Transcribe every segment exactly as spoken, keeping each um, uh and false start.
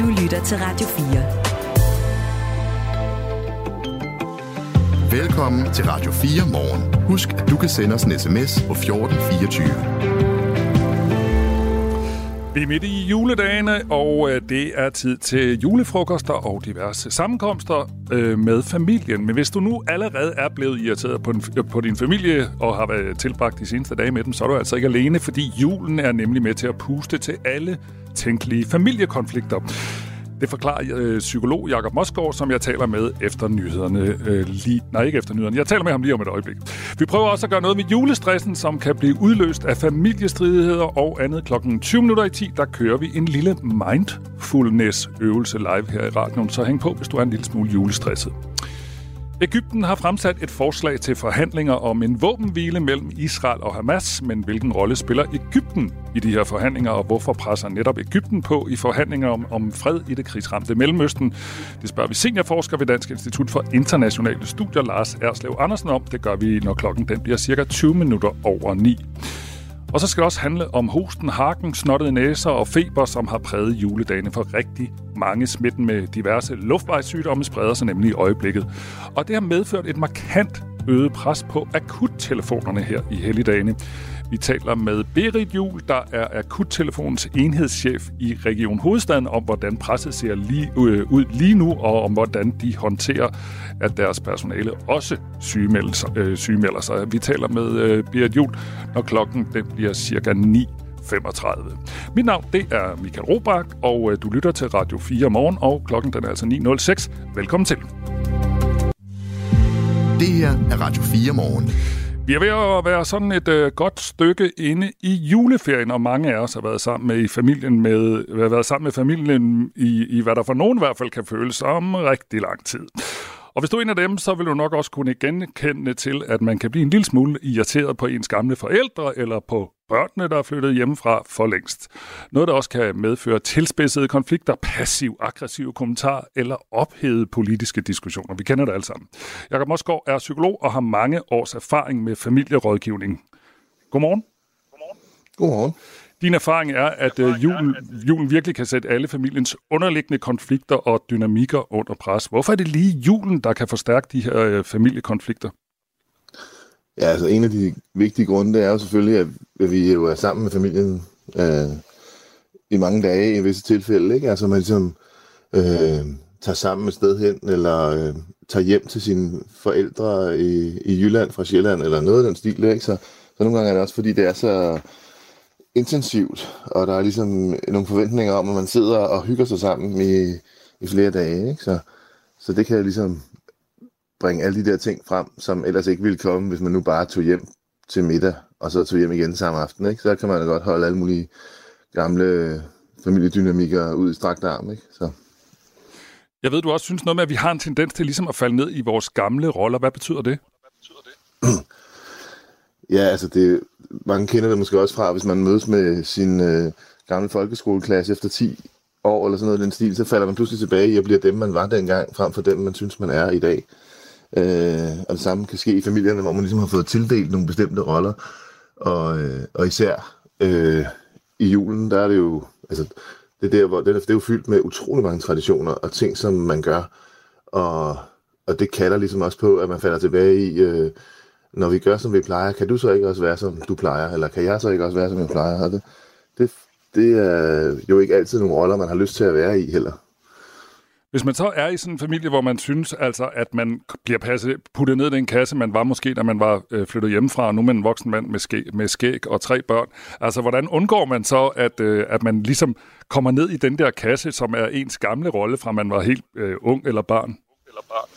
Du lytter til Radio fire. Velkommen til Radio fire Morgen. Husk, at du kan sende os en sms på fjorten fireogtyve. Vi er midt i juledagene, og det er tid til julefrokoster og diverse sammenkomster øh, med familien. Men hvis du nu allerede er blevet irriteret på, den, på din familie og har været tilbragt de seneste dage med dem, så er du altså ikke alene, fordi julen er nemlig med til at puste til alle tænkelige familiekonflikter. Det forklarer øh, psykolog Jakob Mosgaard, som jeg taler med efter nyhederne. Øh, lige, nej, ikke efter nyhederne. Jeg taler med ham lige om et øjeblik. Vi prøver også at gøre noget med julestressen, som kan blive udløst af familiestridigheder og andet. Klokken tyve minutter i ti, der kører vi en lille mindfulness-øvelse live her i radioen. Så hæng på, hvis du er en lille smule julestresset. Egypten har fremsat et forslag til forhandlinger om en våbenhvile mellem Israel og Hamas, men hvilken rolle spiller Egypten i de her forhandlinger, og hvorfor presser netop Egypten på i forhandlinger om, om fred i det krigsramte Mellemøsten? Det spørger vi seniorforsker ved Dansk Institut for Internationale Studier, Lars Erslev Andersen, om. Det gør vi, når klokken den bliver cirka tyve minutter over ni. Og så skal det også handle om hosten, harken, snottede næser og feber, som har præget juledagene for rigtig mange. Smitten med diverse luftvejssygdomme spreder sig nemlig i øjeblikket. Og det har medført et markant øget pres på akuttelefonerne her i helligdagene. Vi taler med Berit Juhl, der er akuttelefonens enhedschef i Region Hovedstaden, om hvordan presset ser lige, øh, ud lige nu, og om hvordan de håndterer, at deres personale også sygemelder sig. Øh, sygemelder sig. Vi taler med øh, Berit Juhl, når klokken den bliver cirka ni femogtredive. Mit navn, det er Michael Robach, og øh, du lytter til Radio fire Morgen, og klokken den er altså ni nul seks. Velkommen til. Det her er Radio fire Morgen. Vi er ved at være sådan et øh, godt stykke inde i juleferien, og mange af os har været sammen med i familien med har været sammen med familien i, i hvad der for nogen i hvert fald kan føles som rigtig lang tid. Og hvis du er en af dem, så vil du nok også kunne genkende til, at man kan blive en lille smule irriteret på ens gamle forældre eller på børnene, der er flyttet hjemmefra for længst. Noget, der også kan medføre tilspidsede konflikter, passiv-aggressive kommentarer eller ophedede politiske diskussioner. Vi kender det alle sammen. Jakob Mosgaard er psykolog og har mange års erfaring med familierådgivning. Godmorgen. Godmorgen. Godmorgen. Din erfaring er, at uh, julen, julen virkelig kan sætte alle familiens underliggende konflikter og dynamikker under pres. Hvorfor er det lige julen, der kan forstærke de her uh, familiekonflikter? Ja, altså en af de vigtige grunde, det er jo selvfølgelig, at vi jo er sammen med familien øh, i mange dage i visse tilfælde, ikke? Altså man ligesom øh, tager sammen et sted hen, eller øh, tager hjem til sine forældre i, i Jylland fra Sjælland, eller noget af den stil, ikke? Så, så nogle gange er det også, fordi det er så intensivt, og der er ligesom nogle forventninger om, at man sidder og hygger sig sammen i, i flere dage, ikke? Så, så det kan ligesom bringe alle de der ting frem, som ellers ikke ville komme, hvis man nu bare tog hjem til middag, og så tog hjem igen samme aften, ikke? Så kan man godt holde alle mulige gamle familiedynamikker ud i strakt arm, ikke? Så. Jeg ved, du også synes noget med, at vi har en tendens til ligesom at falde ned i vores gamle roller. Hvad betyder det? Hvad betyder det? Ja, altså det, mange kender det måske også fra, hvis man mødes med sin øh, gamle folkeskoleklasse efter ti år, eller sådan noget i den stil, så falder man pludselig tilbage i at blive dem, man var dengang, frem for dem, man synes, man er i dag. Øh, og det samme kan ske i familierne, hvor man ligesom har fået tildelt nogle bestemte roller. Og, øh, og især øh, i julen, der er det jo, altså, det, der, hvor, det, er, det er jo fyldt med utrolig mange traditioner og ting, som man gør. Og, og det kalder ligesom også på, at man falder tilbage i, øh, når vi gør, som vi plejer, kan du så ikke også være, som du plejer? Eller kan jeg så ikke også være, som jeg plejer? Og det, det, det er jo ikke altid nogle roller, man har lyst til at være i heller. Hvis man så er i sådan en familie, hvor man synes, altså, at man bliver passet, puttet ned i den kasse, man var måske, da man var øh, flyttet hjemmefra, og nu er man en voksen mand med skæg, med skæg og tre børn. Altså, hvordan undgår man så, at, øh, at man ligesom kommer ned i den der kasse, som er ens gamle rolle, fra man var helt øh, ung eller barn? Eller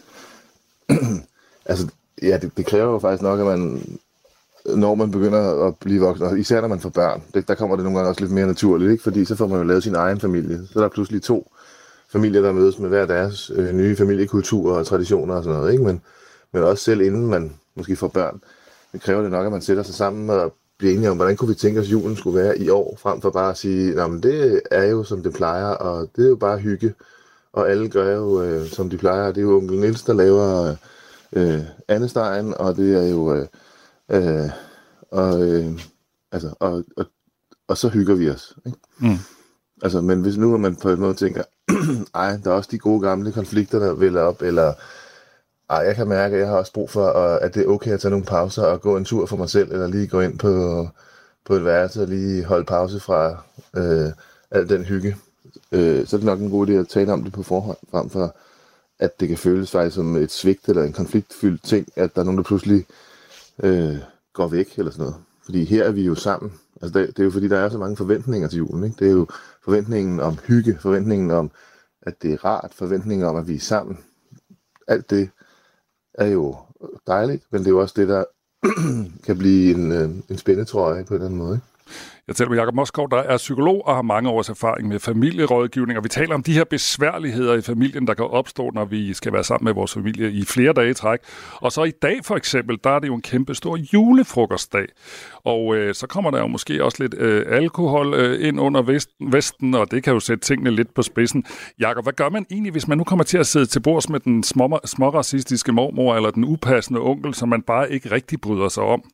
barn? altså, ja, det, det kræver jo faktisk nok, at man, når man begynder at blive voksen, og især når man får børn, det, der kommer det nogle gange også lidt mere naturligt, ikke? Fordi så får man jo lavet sin egen familie. Så er der pludselig to familier, der mødes med hver deres øh, nye familiekulturer og traditioner og sådan noget, ikke? Men, men også selv inden man måske får børn, det kræver det nok, at man sætter sig sammen og bliver enige om, hvordan kunne vi tænke os, julen skulle være i år, frem for bare at sige, nej, men det er jo, som det plejer, og det er jo bare hygge, og alle gør jo, øh, som de plejer. Det er jo onkel Niels, der laver øh, andestegen, og det er jo, øh, øh, og, øh, altså, og, og, og så hygger vi os, ikke? Mm. Altså, men hvis nu man på en måde tænker, ej, der er også de gode gamle konflikter, der vælger op, eller ej, jeg kan mærke, at jeg har også brug for, at det er okay at tage nogle pauser og gå en tur for mig selv, eller lige gå ind på, på et værelse og lige holde pause fra øh, al den hygge. Øh, så er det nok en god idé at tale om det på forhånd, frem for at det kan føles faktisk som et svigt eller en konfliktfyldt ting, at der er nogen, der pludselig øh, går væk eller sådan noget. Fordi her er vi jo sammen. Altså det, det er jo fordi, der er så mange forventninger til julen. Ikke? Det er jo forventningen om hygge, forventningen om, at det er rart, forventningen om, at vi er sammen. Alt det er jo dejligt, men det er jo også det, der kan blive en, en spændetrøje på den måde. Ikke? Jeg taler med Jakob Moskov, der er psykolog og har mange års erfaring med familierådgivning, og vi taler om de her besværligheder i familien, der kan opstå, når vi skal være sammen med vores familie i flere dage i træk. Og så i dag for eksempel, der er det jo en kæmpe stor julefrokostdag, og øh, så kommer der jo måske også lidt øh, alkohol øh, ind under vesten, vesten, og det kan jo sætte tingene lidt på spidsen. Jakob, hvad gør man egentlig, hvis man nu kommer til at sidde til bords med den små, småracistiske mormor eller den upassende onkel, som man bare ikke rigtig bryder sig om?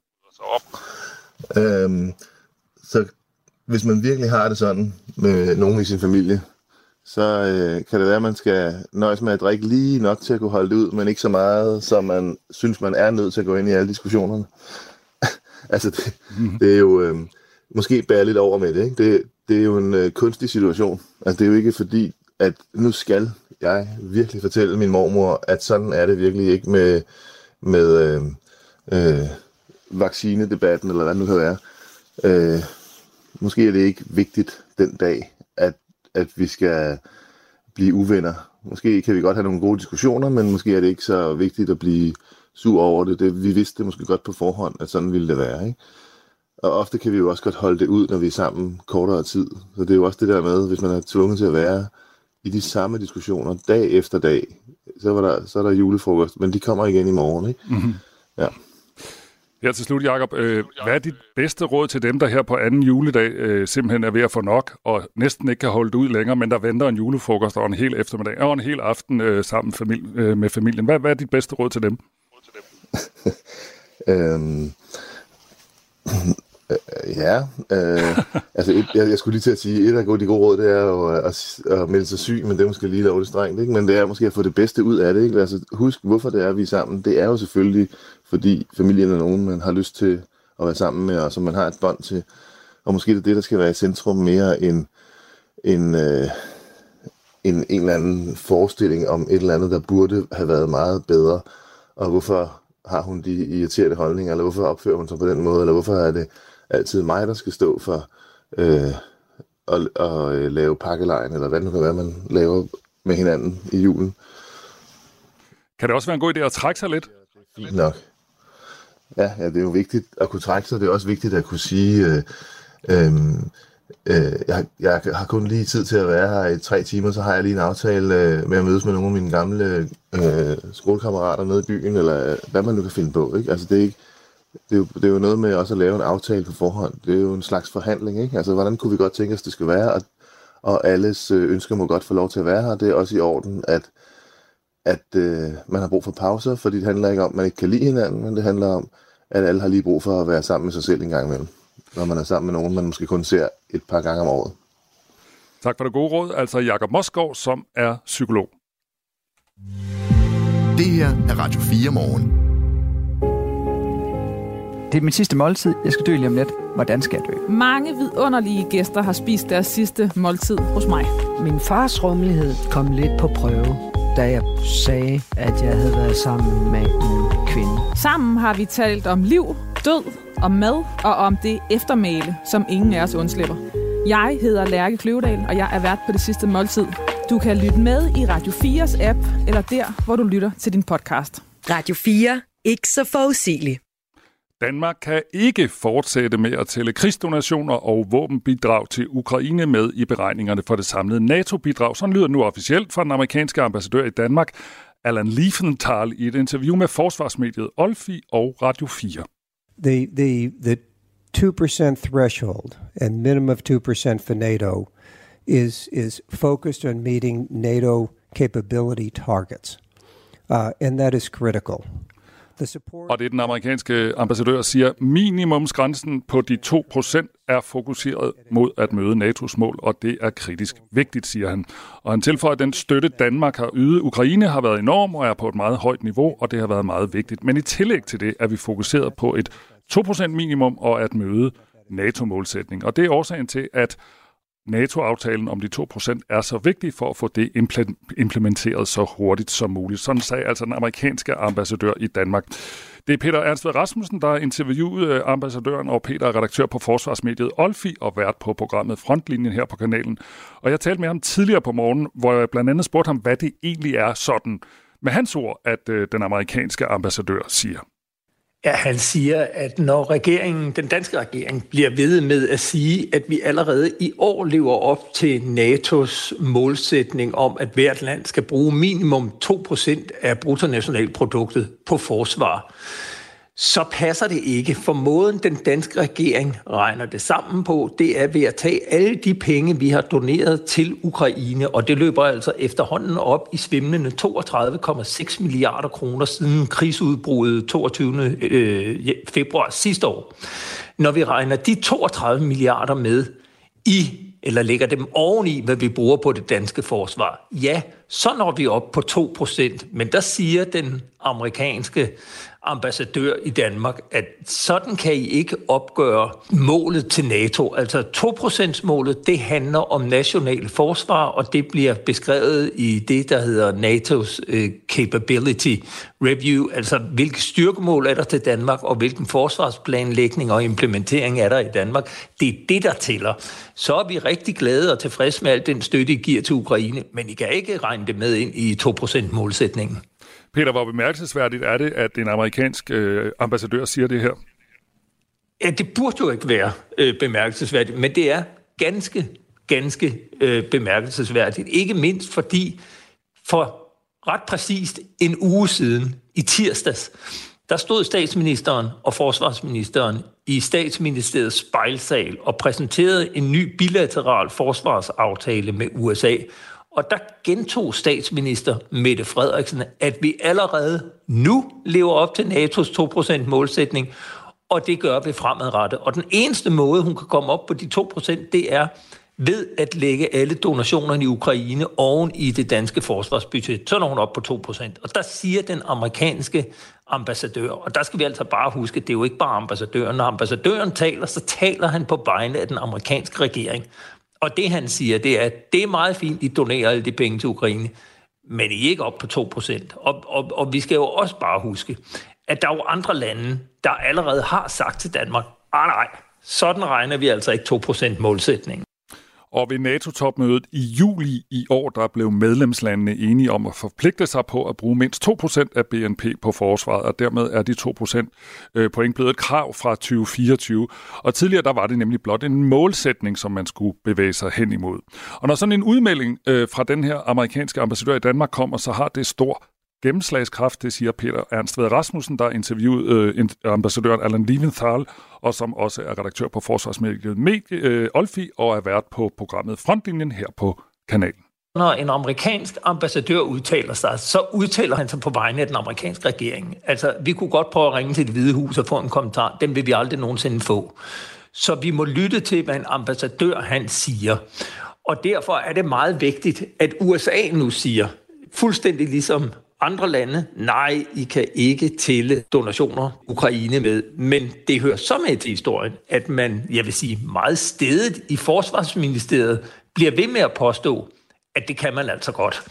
Øhm Så hvis man virkelig har det sådan med nogen i sin familie, så øh, kan det være, at man skal nøjes med at drikke lige nok til at kunne holde det ud, men ikke så meget, som man synes, man er nødt til at gå ind i alle diskussionerne. altså, det, mm-hmm. det er jo øh, måske bære lidt over med det, ikke? Det, det er jo en øh, kunstig situation. Altså, det er jo ikke fordi, at nu skal jeg virkelig fortælle min mormor, at sådan er det virkelig ikke med, med øh, øh, vaccinedebatten, eller hvad det nu kan være. Øh, måske er det ikke vigtigt den dag, at, at vi skal blive uvenner. Måske kan vi godt have nogle gode diskussioner, men måske er det ikke så vigtigt at blive sur over det. det vi vidste det måske godt på forhånd, at sådan ville det være. Ikke? Og ofte kan vi jo også godt holde det ud, når vi er sammen kortere tid. Så det er jo også det der med, hvis man er tvunget til at være i de samme diskussioner dag efter dag, så, var der, så er der julefrokost, men de kommer igen i morgen. Ikke? Mm-hmm. Ja. Her til slut, Jakob. Øh, hvad er dit bedste råd til dem, der her på anden juledag øh, simpelthen er ved at få nok, og næsten ikke kan holde det ud længere, men der venter en julefrokost og en hel eftermiddag og en hel aften øh, sammen familie, øh, med familien? Hvad, hvad er dit bedste råd til dem? øhm, øh, ja, øh, altså et, jeg, jeg skulle lige til at sige, et af de gode råd, det er jo at, at melde sig syg, men det er måske lige lovligt strengt, ikke? Men det er måske at få det bedste ud af det. Ikke? Altså, husk, hvorfor det er, vi er sammen. Det er jo selvfølgelig fordi familien er nogen, man har lyst til at være sammen med, og som man har et bånd til. Og måske det er det, der skal være i centrum mere end, end, øh, end en eller anden forestilling om et eller andet, der burde have været meget bedre. Og hvorfor har hun de irriterende holdninger, eller hvorfor opfører hun sig på den måde, eller hvorfor er det altid mig, der skal stå for øh, at, at, at lave pakkelejen, eller hvad det nu kan være, man laver med hinanden i julen. Kan det også være en god idé at trække sig lidt? Fint nok. Ja, ja, det er jo vigtigt at kunne trække sig. Det er også vigtigt at kunne sige, øh, øh, øh, jeg, jeg har kun lige tid til at være her i tre timer, så har jeg lige en aftale øh, med at mødes med nogle af mine gamle øh, skolekammerater nede i byen, eller hvad man nu kan finde på. Ikke? Altså, det, er ikke, det, er jo, det er jo noget med også at lave en aftale på forhånd. Det er jo en slags forhandling. Ikke? Altså, hvordan kunne vi godt tænke os, det skal være? Og, og alles ønsker må godt få lov til at være her. Det er også i orden, at at øh, man har brug for pauser, fordi det handler ikke om, at man ikke kan lide hinanden, men det handler om, at alle har lige brug for at være sammen med sig selv en gang imellem, når man er sammen med nogen, man måske kun ser et par gange om året. Tak for det gode råd. Altså Jakob Moskov, som er psykolog. Det her er Radio fire Morgen. Det er min sidste måltid. Jeg skal dø lige om lidt. Hvordan skal jeg dø? Mange vidunderlige gæster har spist deres sidste måltid hos mig. Min fars rummelighed kom lidt på prøve, da jeg sagde, at jeg havde været sammen med en kvinde. Sammen har vi talt om liv, død, om mad og om det eftermæle, som ingen af os undslipper. Jeg hedder Lærke Kløvedal, og jeg er vært på Det Sidste Måltid. Du kan lytte med i Radio fires app, eller der, hvor du lytter til din podcast. Radio fire. Ikke så forudsigeligt. Danmark kan ikke fortsætte med at tælle krigsdonationer og våbenbidrag til Ukraine med i beregningerne for det samlede NATO-bidrag. Sådan lyder nu officielt fra den amerikanske ambassadør i Danmark, Allan Liefenthal, i et interview med forsvarsmediet Olfi og Radio fire. The, the, the two percent threshold and minimum of two percent for NATO is, is focused on meeting NATO capability targets, uh, and that is critical. The support... Og det er den amerikanske ambassadør siger, minimumsgrænsen på de to procent er fokuseret mod at møde N A T O's mål, og det er kritisk vigtigt, siger han. Og han tilføjer, at den støtte, Danmark har ydet Ukraine, har været enorm og er på et meget højt niveau, og det har været meget vigtigt. Men i tillæg til det er vi fokuseret på et to procent minimum og at møde NATO-målsætning. Og det er årsagen til, at NATO-aftalen om de to procent er så vigtig for at få det implementeret så hurtigt som muligt. Sådan sagde altså den amerikanske ambassadør i Danmark. Det er Peter Ernst Ved Rasmussen, der har interviewet ambassadøren, og Peter er redaktør på forsvarsmediet Olfi og vært på programmet Frontlinjen her på kanalen. Og jeg talte med ham tidligere på morgen, hvor jeg blandt andet spurgte ham, hvad det egentlig er sådan, med hans ord, at den amerikanske ambassadør siger. Ja, han siger, at når regeringen, den danske regering bliver ved med at sige, at vi allerede i år lever op til NATO's målsætning om, at hvert land skal bruge minimum to procent af bruttonationalproduktet på forsvar, så passer det ikke. For måden den danske regering regner det sammen på, det er ved at tage alle de penge, vi har doneret til Ukraine, og det løber altså efterhånden op i svimlende toogtredive komma seks milliarder kroner siden krigsudbruddet toogtyvende februar sidste år. Når vi regner de toogtredive milliarder med i, eller lægger dem oveni, hvad vi bruger på det danske forsvar, ja, så når vi op på to procent. Men der siger den amerikanske ambassadør i Danmark, at sådan kan I ikke opgøre målet til NATO. Altså to procent-målet, det handler om national forsvar, og det bliver beskrevet i det, der hedder NATO's uh, Capability Review, altså hvilke styrkemål er der til Danmark, og hvilken forsvarsplanlægning og implementering er der i Danmark. Det er det, der tæller. Så er vi rigtig glade og tilfredse med al den støtte, I giver til Ukraine, men I kan ikke regne det med ind i to procent-målsætningen. Peter, hvor bemærkelsesværdigt er det, at en amerikansk øh, ambassadør siger det her? Ja, det burde jo ikke være øh, bemærkelsesværdigt, men det er ganske, ganske øh, bemærkelsesværdigt. Ikke mindst fordi for ret præcist en uge siden, i tirsdags, der stod statsministeren og forsvarsministeren i statsministeriets spejlsal og præsenterede en ny bilateral forsvarsaftale med U S A. Og der gentog statsminister Mette Frederiksen, at vi allerede nu lever op til NATO's to procent målsætning, og det gør vi fremadrettet. Og den eneste måde, hun kan komme op på de to procent, det er ved at lægge alle donationerne i Ukraine oven i det danske forsvarsbudget. Så når hun op på to procent. Og der siger den amerikanske ambassadør, og der skal vi altså bare huske, det er jo ikke bare ambassadøren. Når ambassadøren taler, så taler han på vegne af den amerikanske regering. Og det han siger, det er, at det er meget fint, I donerer alle de penge til Ukraine, men I er ikke op på to procent. Og, og, og vi skal jo også bare huske, at der er jo andre lande, der allerede har sagt til Danmark, ah nej, sådan regner vi altså ikke to procent målsætningen. Og ved NATO-topmødet i juli i år, der blev medlemslandene enige om at forpligte sig på at bruge mindst to procent af B N P på forsvaret, og dermed er de to procent point blevet et krav fra tyve fireogtyve. Og tidligere der var det nemlig blot en målsætning, som man skulle bevæge sig hen imod. Og når sådan en udmelding fra den her amerikanske ambassadør i Danmark kommer, så har det stor gennemslagskraft, det siger Peter Ernst Ved Rasmussen, der interviewede øh, ambassadøren Allan Liebenthal, og som også er redaktør på forsvarsmediet Medie, øh, Olfi, og er vært på programmet Frontlinjen her på kanalen. Når en amerikansk ambassadør udtaler sig, så udtaler han sig på vegne af den amerikanske regering. Altså, vi kunne godt prøve at ringe til Det Hvide Hus og få en kommentar. Den vil vi aldrig nogensinde få. Så vi må lytte til, hvad en ambassadør han siger. Og derfor er det meget vigtigt, at U S A nu siger, fuldstændig ligesom andre lande, nej, I kan ikke tælle donationer Ukraine med, men det hører så med til historien, at man, jeg vil sige, meget stedigt i Forsvarsministeriet bliver ved med at påstå, at det kan man altså godt.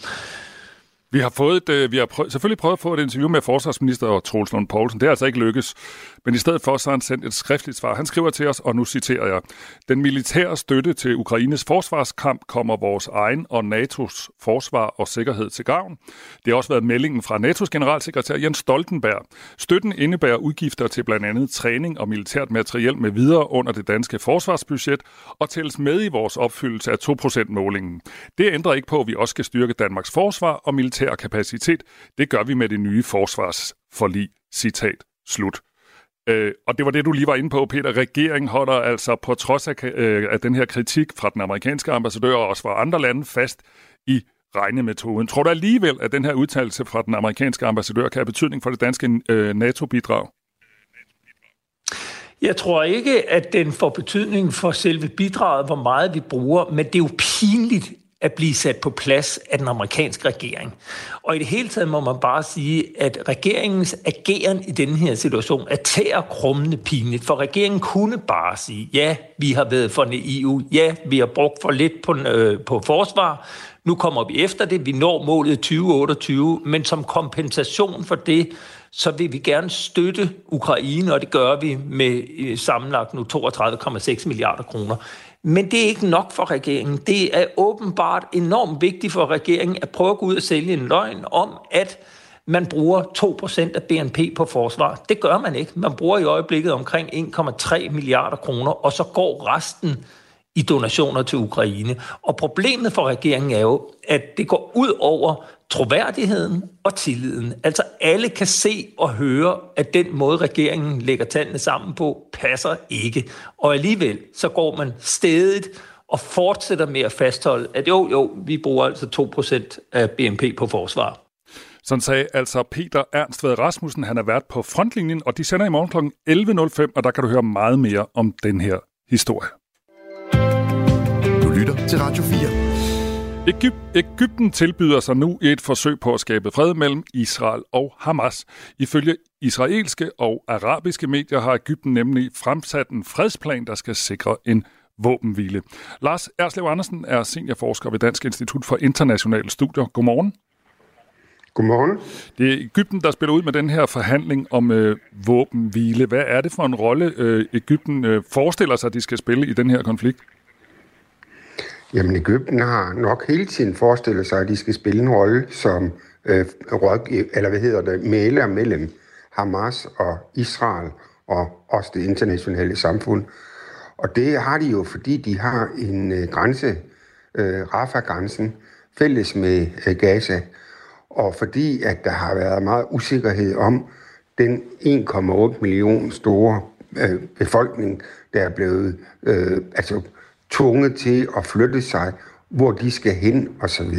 Vi har, fået et, vi har prøv, selvfølgelig prøvet at få et interview med forsvarsminister og Troels Lund Poulsen. Det er altså ikke lykkes. Men i stedet for så har han sendt et skriftligt svar. Han skriver til os, og nu citerer jeg: Den militære støtte til Ukraines forsvarskamp kommer vores egen og NATO's forsvar og sikkerhed til gavn. Det har også været meldingen fra NATO's generalsekretær Jens Stoltenberg. Støtten indebærer udgifter til blandt andet træning og militært materiel med videre under det danske forsvarsbudget og tælles med i vores opfyldelse af to procent-målingen. Det ændrer ikke på, at vi også skal styrke Danmarks forsvar og militær kapacitet. Det gør vi med det nye forsvarsforlig. Citat slut. Øh, og det var det, du lige var inde på, Peter. Regeringen holder altså på trods af, øh, af den her kritik fra den amerikanske ambassadør og også fra andre lande fast i regnemetoden. Tror du alligevel, at den her udtalelse fra den amerikanske ambassadør kan have betydning for det danske øh, NATO-bidrag? Jeg tror ikke, at den får betydning for selve bidraget, hvor meget vi bruger, men det er jo pinligt at blive sat på plads af den amerikanske regering. Og i det hele taget må man bare sige, at regeringens ageren i denne her situation er tæerkrummende pinligt, for regeringen kunne bare sige, ja, vi har været for E U, ja, vi har brugt for lidt på, øh, på forsvar, nu kommer vi efter det, vi når målet tyve otteogtyve, men som kompensation for det, så vil vi gerne støtte Ukraine, og det gør vi med sammenlagt nu toogtredive komma seks milliarder kroner. Men det er ikke nok for regeringen. Det er åbenbart enormt vigtigt for regeringen at prøve at gå ud og sælge en løgn om, at man bruger to procent af B N P på forsvar. Det gør man ikke. Man bruger i øjeblikket omkring en komma tre milliarder kroner, og så går resten i donationer til Ukraine. Og problemet for regeringen er jo, at det går ud over troværdigheden og tilliden. Altså alle kan se og høre, at den måde, regeringen lægger tallene sammen på, passer ikke. Og alligevel så går man stædigt og fortsætter med at fastholde, at jo, jo, vi bruger altså to procent af B N P på forsvar. Sådan sagde altså Peter Ernst Vad Rasmussen. Han er vært på Frontlinjen, og de sender i morgen klokken elleve nul fem, og der kan du høre meget mere om den her historie. Du lytter til Radio fire. Egyp- Egypten tilbyder sig nu i et forsøg på at skabe fred mellem Israel og Hamas. Ifølge israelske og arabiske medier har Egypten nemlig fremsat en fredsplan, der skal sikre en våbenhvile. Lars Erslev Andersen er seniorforsker ved Dansk Institut for Internationale Studier. Godmorgen. Godmorgen. Det er Egypten, der spiller ud med den her forhandling om øh, våbenhvile. Hvad er det for en rolle, øh, Egypten øh, forestiller sig, at de skal spille i den her konflikt? Jamen, Egypten har nok hele tiden forestillet sig, at de skal spille en rolle som øh, råd, eller hvad hedder det, mægler mellem Hamas og Israel og også det internationale samfund. Og det har de jo, fordi de har en øh, grænse, øh, Rafah-grænsen, fælles med øh, Gaza. Og fordi at der har været meget usikkerhed om den en komma otte million store øh, befolkning, der er blevet øh, altså tvunget til at flytte sig, hvor de skal hen osv.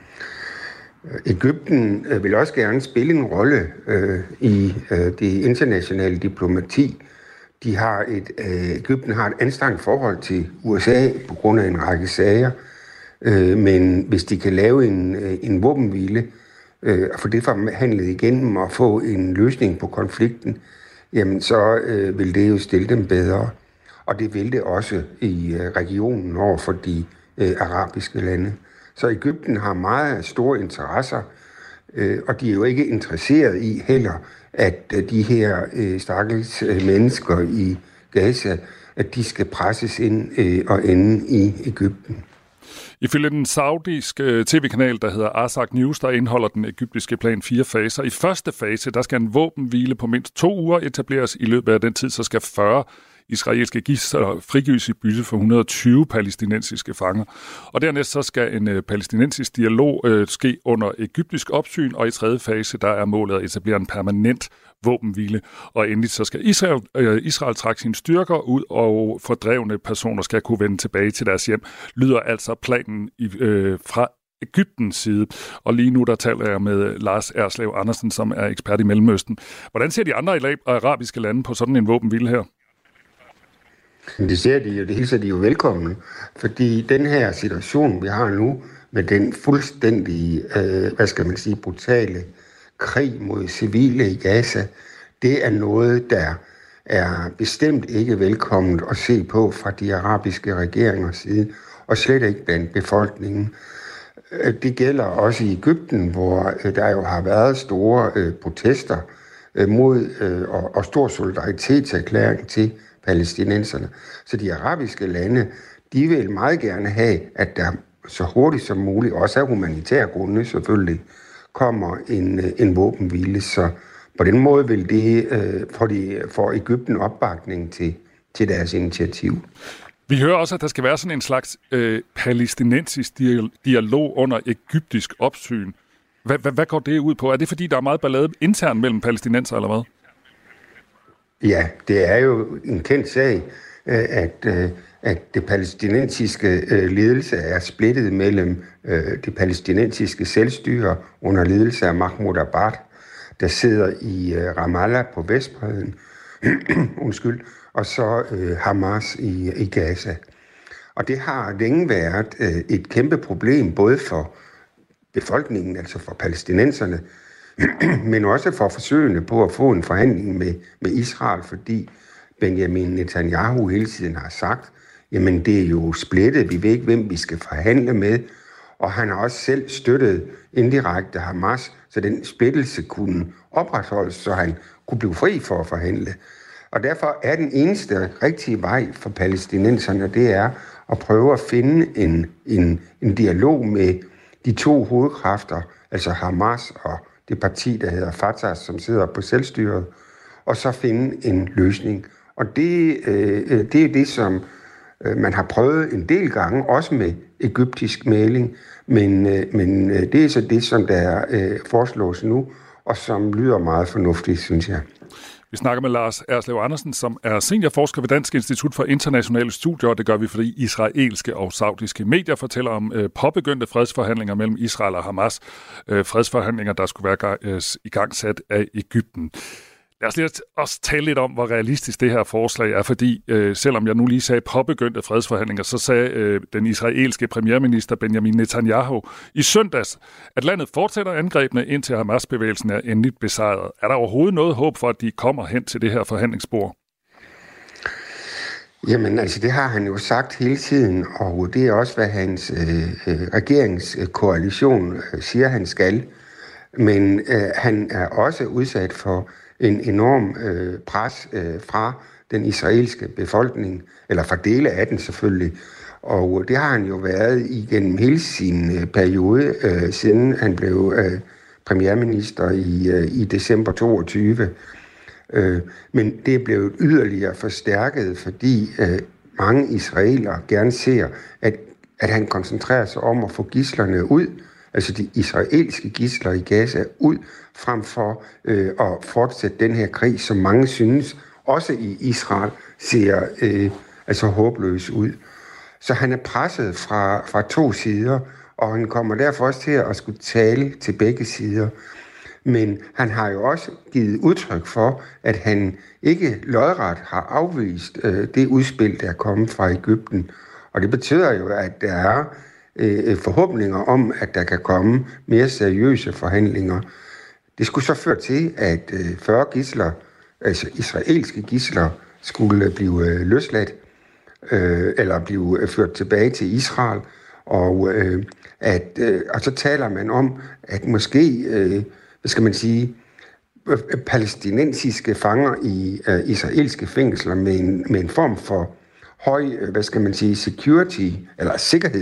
Egypten øh, vil også gerne spille en rolle øh, i øh, det internationale diplomati. De har et, øh, Egypten har et anstrengt forhold til U S A på grund af en række sager, øh, men hvis de kan lave en, øh, en våbenhvile, øh, og få det forhandlet igennem og få en løsning på konflikten, jamen så øh, vil det jo stille dem bedre. Og det vil det også i øh, regionen over for de øh, arabiske lande. Så Egypten har meget store interesser, øh, og de er jo ikke interesseret i heller, at øh, de her øh, stakkels øh, mennesker i Gaza, at de skal presses ind øh, og ende i Egypten. Ifølge den saudiske tv-kanal, der hedder Asac News, der indeholder den egyptiske plan fire faser. I første fase, der skal en våbenhvile på mindst to uger etableres. I løbet af den tid, så skal fyrre israelske gidsler frigives i bytte for et hundrede og tyve palæstinensiske fanger. Og dernæst så skal en øh, palæstinensisk dialog øh, ske under egyptisk opsyn, og i tredje fase, der er målet at etablere en permanent våbenhvile. Og endelig så skal Israel, øh, Israel trække sine styrker ud, og fordrevne personer skal kunne vende tilbage til deres hjem. Lyder altså planen i, øh, fra Egyptens side. Og lige nu der taler jeg med Lars Erslev Andersen, som er ekspert i Mellemøsten. Hvordan ser de andre arabiske lande på sådan en våbenhvile her? Det ser de jo, det hilser de jo velkommen, fordi den her situation, vi har nu, med den fuldstændig, øh, hvad skal man sige, brutale krig mod civile i Gaza, det er noget, der er bestemt ikke velkomment at se på fra de arabiske regeringers side, og slet ikke blandt befolkningen. Det gælder også i Egypten, hvor der jo har været store øh, protester øh, mod øh, og, og stor solidaritetserklæring til palæstinenserne. Så de arabiske lande, de vil meget gerne have, at der så hurtigt som muligt, også af humanitære grunde selvfølgelig, kommer en, en våbenhvile. Så på den måde vil det øh, for, de, for Egypten opbakning til, til deres initiativ. Vi hører også, at der skal være sådan en slags øh, palæstinensisk dialog under egyptisk opsyn. Hvad, hvad, hvad går det ud på? Er det fordi, der er meget ballade internt mellem palæstinenser eller hvad? Ja, det er jo en kendt sag, at, at det palæstinensiske øh, ledelse er splittet mellem øh, det palæstinensiske selvstyre under ledelse af Mahmoud Abbas, der sidder i øh, Ramallah på Vestbredden, undskyld, og så øh, Hamas i, i Gaza. Og det har længe været øh, et kæmpe problem, både for befolkningen, altså for palæstinenserne, men også for forsøgene på at få en forhandling med, med Israel, fordi Benjamin Netanyahu hele tiden har sagt, jamen det er jo splittet, vi ved ikke, hvem vi skal forhandle med, og han har også selv støttet indirekte Hamas, så den splittelse kunne opretholdes, så han kunne blive fri for at forhandle. Og derfor er den eneste rigtige vej for palæstinenserne, det er at prøve at finde en, en, en dialog med de to hovedkræfter, altså Hamas og det parti, der hedder Fatah, som sidder på selvstyret, og så finde en løsning. Og det, øh, det er det, som øh, man har prøvet en del gange, også med egyptisk mægling, men, øh, men øh, det er så det, som der øh, foreslås nu, og som lyder meget fornuftigt, synes jeg. Vi snakker med Lars Erslev Andersen, som er seniorforsker ved Dansk Institut for Internationale Studier, og det gør vi, fordi israelske og saudiske medier fortæller om øh, påbegyndte fredsforhandlinger mellem Israel og Hamas. Øh, fredsforhandlinger, der skulle være øh, i gang sat af Egypten. Lad os lige også tale lidt om, hvor realistisk det her forslag er, fordi øh, selvom jeg nu lige sagde påbegyndte fredsforhandlinger, så sagde øh, den israelske premierminister Benjamin Netanyahu i søndags, at landet fortsætter angrebene, indtil Hamas-bevægelsen er endeligt besejret. Er der overhovedet noget håb for, at de kommer hen til det her forhandlingsbord? Jamen, altså det har han jo sagt hele tiden, og det er også, hvad hans øh, øh, regeringskoalition øh, siger, han skal. Men øh, han er også udsat for en enorm øh, pres øh, fra den israelske befolkning, eller fra dele af den selvfølgelig. Og det har han jo været igennem hele sin øh, periode, øh, siden han blev øh, premierminister i, øh, i december toogtyve. Øh, men det er blevet yderligere forstærket, fordi øh, mange israelere gerne ser, at, at han koncentrerer sig om at få gidslerne ud, altså de israelske gidsler i Gaza, ud, frem for øh, at fortsætte den her krig, som mange synes, også i Israel, ser øh, altså håbløs ud. Så han er presset fra, fra to sider, og han kommer derfor også til at skulle tale til begge sider. Men han har jo også givet udtryk for, at han ikke lodret har afvist øh, det udspil, der er kommet fra Egypten. Og det betyder jo, at der er øh, forhåbninger om, at der kan komme mere seriøse forhandlinger. Det skulle så føre til, at øh, fyrre gidsler, altså israelske gidsler, skulle blive øh, løsladt, øh, eller blive øh, ført tilbage til Israel. Og, øh, at, øh, og så taler man om, at måske, øh, hvad skal man sige, palæstinensiske fanger i øh, israelske fængsler med en, med en form for høj, øh, hvad skal man sige, security, eller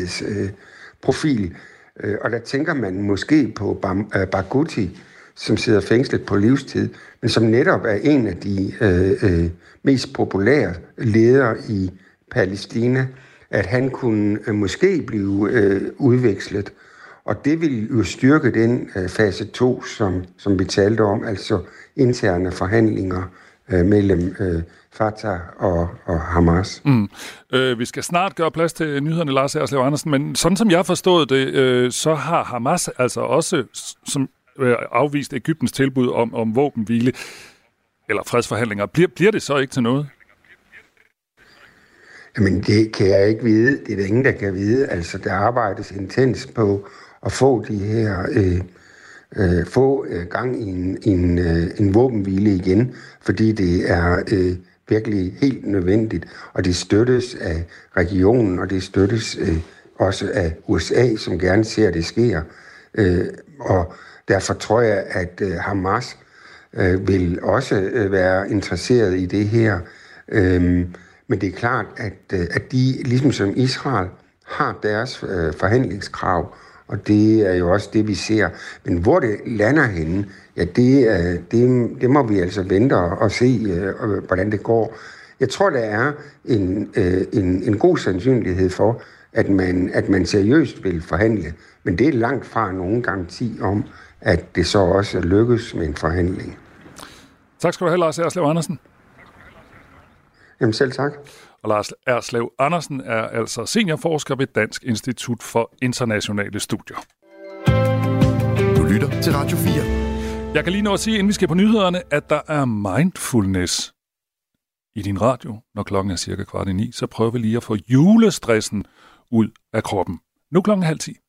sikkerhedsprofil. Øh, øh, og der tænker man måske på Bam, øh, Barghouti, som sidder fængslet på livstid, men som netop er en af de øh, øh, mest populære ledere i Palæstina, at han kunne øh, måske blive øh, udvekslet. Og det vil jo styrke den øh, fase to, som, som vi talte om, altså interne forhandlinger øh, mellem øh, Fatah og, og Hamas. Mm. Øh, vi skal snart gøre plads til nyhederne, Lars Erslev Andersen, men sådan som jeg har forstået det, øh, så har Hamas altså også som øh, afvist Egyptens tilbud om, om våbenhvile eller fredsforhandlinger. Bliver, bliver det så ikke til noget? Jamen, det kan jeg ikke vide. Det er der ingen, der kan vide. Altså, der arbejdes intens på at få de her øh, øh, få øh, gang i en, en, øh, en våbenhvile igen, fordi det er øh, virkelig helt nødvendigt, og det støttes af regionen, og det støttes øh, også af U S A, som gerne ser, at det sker. Øh, og derfor tror jeg, at øh, Hamas øh, vil også øh, være interesseret i det her. Øh, men det er klart, at, øh, at de, ligesom som Israel, har deres øh, forhandlingskrav, og det er jo også det, vi ser. Men hvor det lander henne, ja, det, det, det må vi altså vente og se, hvordan det går. Jeg tror, der er en, en, en god sandsynlighed for, at man, at man seriøst vil forhandle. Men det er langt fra nogen garanti om, at det så også lykkes med en forhandling. Tak skal du have, Lars Erslev Andersen. Jamen selv tak. Og Lars Erslev Andersen er altså seniorforsker ved Dansk Institut for Internationale Studier. Du lytter til Radio fire. Jeg kan lige nå at sige, inden vi skal på nyhederne, at der er mindfulness i din radio, når klokken er cirka kvart i ni. Så prøver vi lige at få julestressen ud af kroppen. Nu klokken halv ti.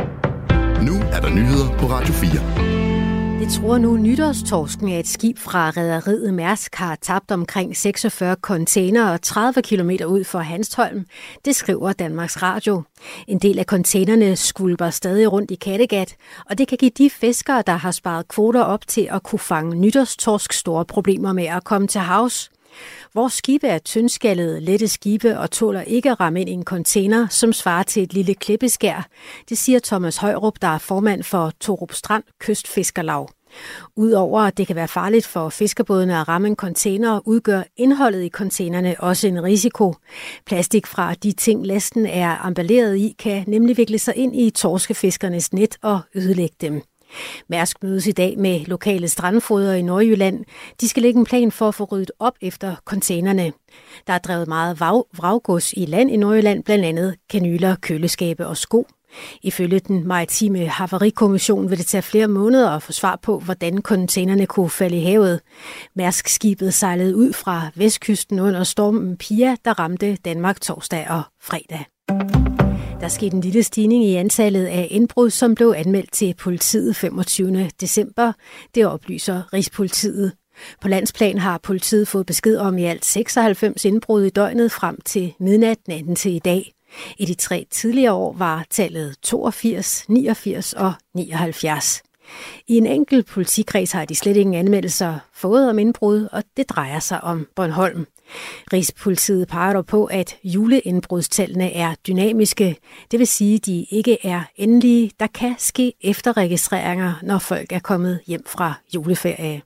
Nu er der nyheder på Radio fire. Det tror nu nytårstorsken, at et skib fra rederiet Mærsk har tabt omkring seksogfyrre containere tredive kilometer ud for Hanstholm. Det skriver Danmarks Radio. En del af containerne skvulper stadig rundt i Kattegat, og det kan give de fiskere, der har sparet kvoter op til at kunne fange nytårstorsk, store problemer med at komme til havs. Vores skibe er tyndskallede, lette skibe og tåler ikke at ramme ind i en container, som svarer til et lille klippeskær. Det siger Thomas Højrup, der er formand for Torup Strand Kystfiskerlaug. Udover at det kan være farligt for fiskerbådene at ramme en container, udgør indholdet i containerne også en risiko. Plastik fra de ting, lasten er emballeret i, kan nemlig vikle sig ind i torskefiskernes net og ødelægge dem. Mærsk mødes i dag med lokale strandfodere i Nordjylland. De skal lægge en plan for at få ryddet op efter containerne. Der er drevet meget vraggods i land i Nordjylland, blandt andet kanyler, køleskabe og sko. Ifølge den maritime havarikommission vil det tage flere måneder at få svar på, hvordan containerne kunne falde i havet. Mærsk-skibet sejlede ud fra vestkysten under stormen Pia, der ramte Danmark torsdag og fredag. Der skete en lille stigning i antallet af indbrud, som blev anmeldt til politiet femogtyvende december. Det oplyser Rigspolitiet. På landsplan har politiet fået besked om i alt seksoghalvfems indbrud i døgnet frem til midnat natten til i dag. I de tre tidligere år var tallet toogfirs, niogfirs og nioghalvfjerds. I en enkelt politikreds har de slet ingen anmeldelser fået om indbrud, og det drejer sig om Bornholm. Rigspolitiet peger dog på, at juleindbrudstallene er dynamiske, det vil sige, at de ikke er endelige. Der kan ske efterregistreringer, når folk er kommet hjem fra juleferie.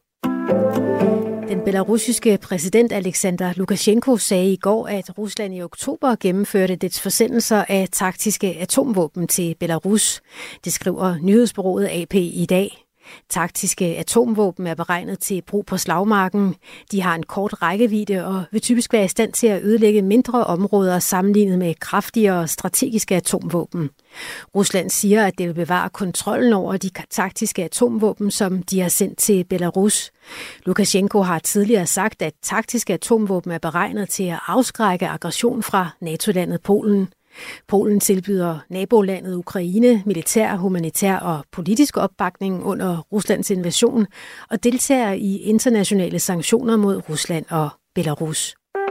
Den belarusiske præsident Alexander Lukashenko sagde i går, at Rusland i oktober gennemførte dets forsendelser af taktiske atomvåben til Belarus. Det skriver nyhedsbureauet A P i dag. Taktiske atomvåben er beregnet til brug på slagmarken. De har en kort rækkevidde og vil typisk være i stand til at ødelægge mindre områder sammenlignet med kraftigere strategiske atomvåben. Rusland siger, at det vil bevare kontrollen over de taktiske atomvåben, som de har sendt til Belarus. Lukashenko har tidligere sagt, at taktiske atomvåben er beregnet til at afskrække aggression fra NATO-landet Polen. Polen tilbyder nabolandet Ukraine militær, humanitær og politisk opbakning under Ruslands invasion og deltager i internationale sanktioner mod Rusland og Belarus.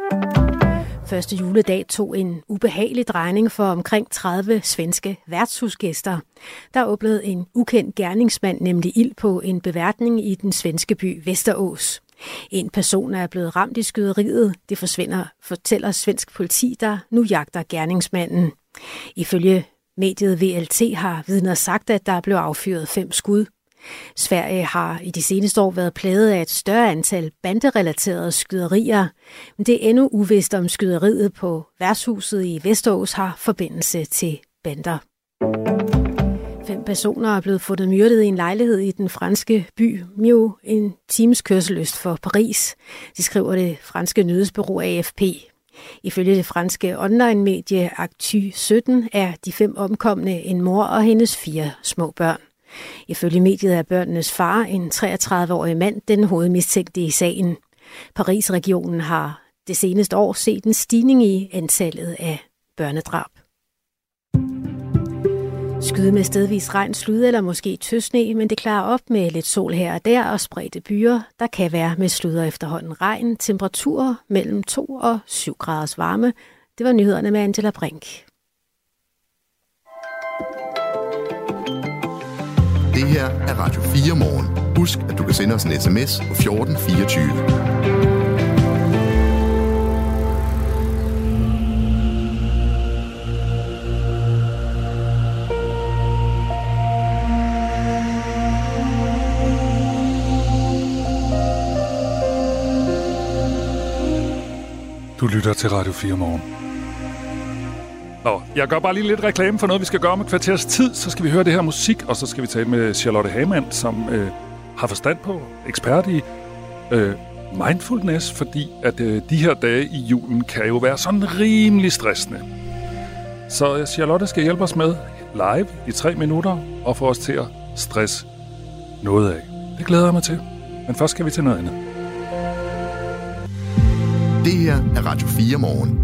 Første juledag tog en ubehagelig drejning for omkring tredive svenske værtshusgæster. Der oplevede en ukendt gerningsmand nemlig ild på en beværtning i den svenske by Västerås. En person er blevet ramt i skyderiet. Det forsvinder, fortæller svensk politi, der nu jagter gerningsmanden. Ifølge mediet V L T har vidner sagt, at der blev affyret fem skud. Sverige har i de seneste år været plaget af et større antal banderelaterede skyderier, men det er endnu uvist, om skyderiet på værtshuset i Västerås har forbindelse til bander. Fem personer er blevet fundet myrdet i en lejlighed i den franske by Meaux, en times kørsel øst for Paris. Det skriver det franske nyhedsbureau A F P. Ifølge det franske online-medie Actu sytten er de fem omkomne en mor og hendes fire små børn. Ifølge mediet er børnenes far, en treogtredive-årig mand, den hovedmistænkte i sagen. Paris-regionen har det seneste år set en stigning i antallet af børnedrab. Skyde med stedvis regn, slud eller måske tøsne, men det klarer op med lidt sol her og der og spredte byer. Der kan være med slud og efterhånden regn. Temperaturer mellem to og syv graders varme. Det var nyhederne med Angela Brink. Det her er Radio fire morgen. Husk, at du kan sende os en sms på fjorten fireogtyve. Du lytter til Radio fire morgen. Nå, jeg gør bare lige lidt reklame for noget, vi skal gøre med kvarters tid. Så skal vi høre det her musik, og så skal vi tale med Charlotte Hamann, som øh, har forstand på, ekspert i øh, mindfulness, fordi at øh, de her dage i julen kan jo være sådan rimelig stressende. Så Charlotte skal hjælpe os med live i tre minutter og få os til at stresse noget af. Det glæder jeg mig til. Men først skal vi til noget andet. Det her er Radio fire Morgen.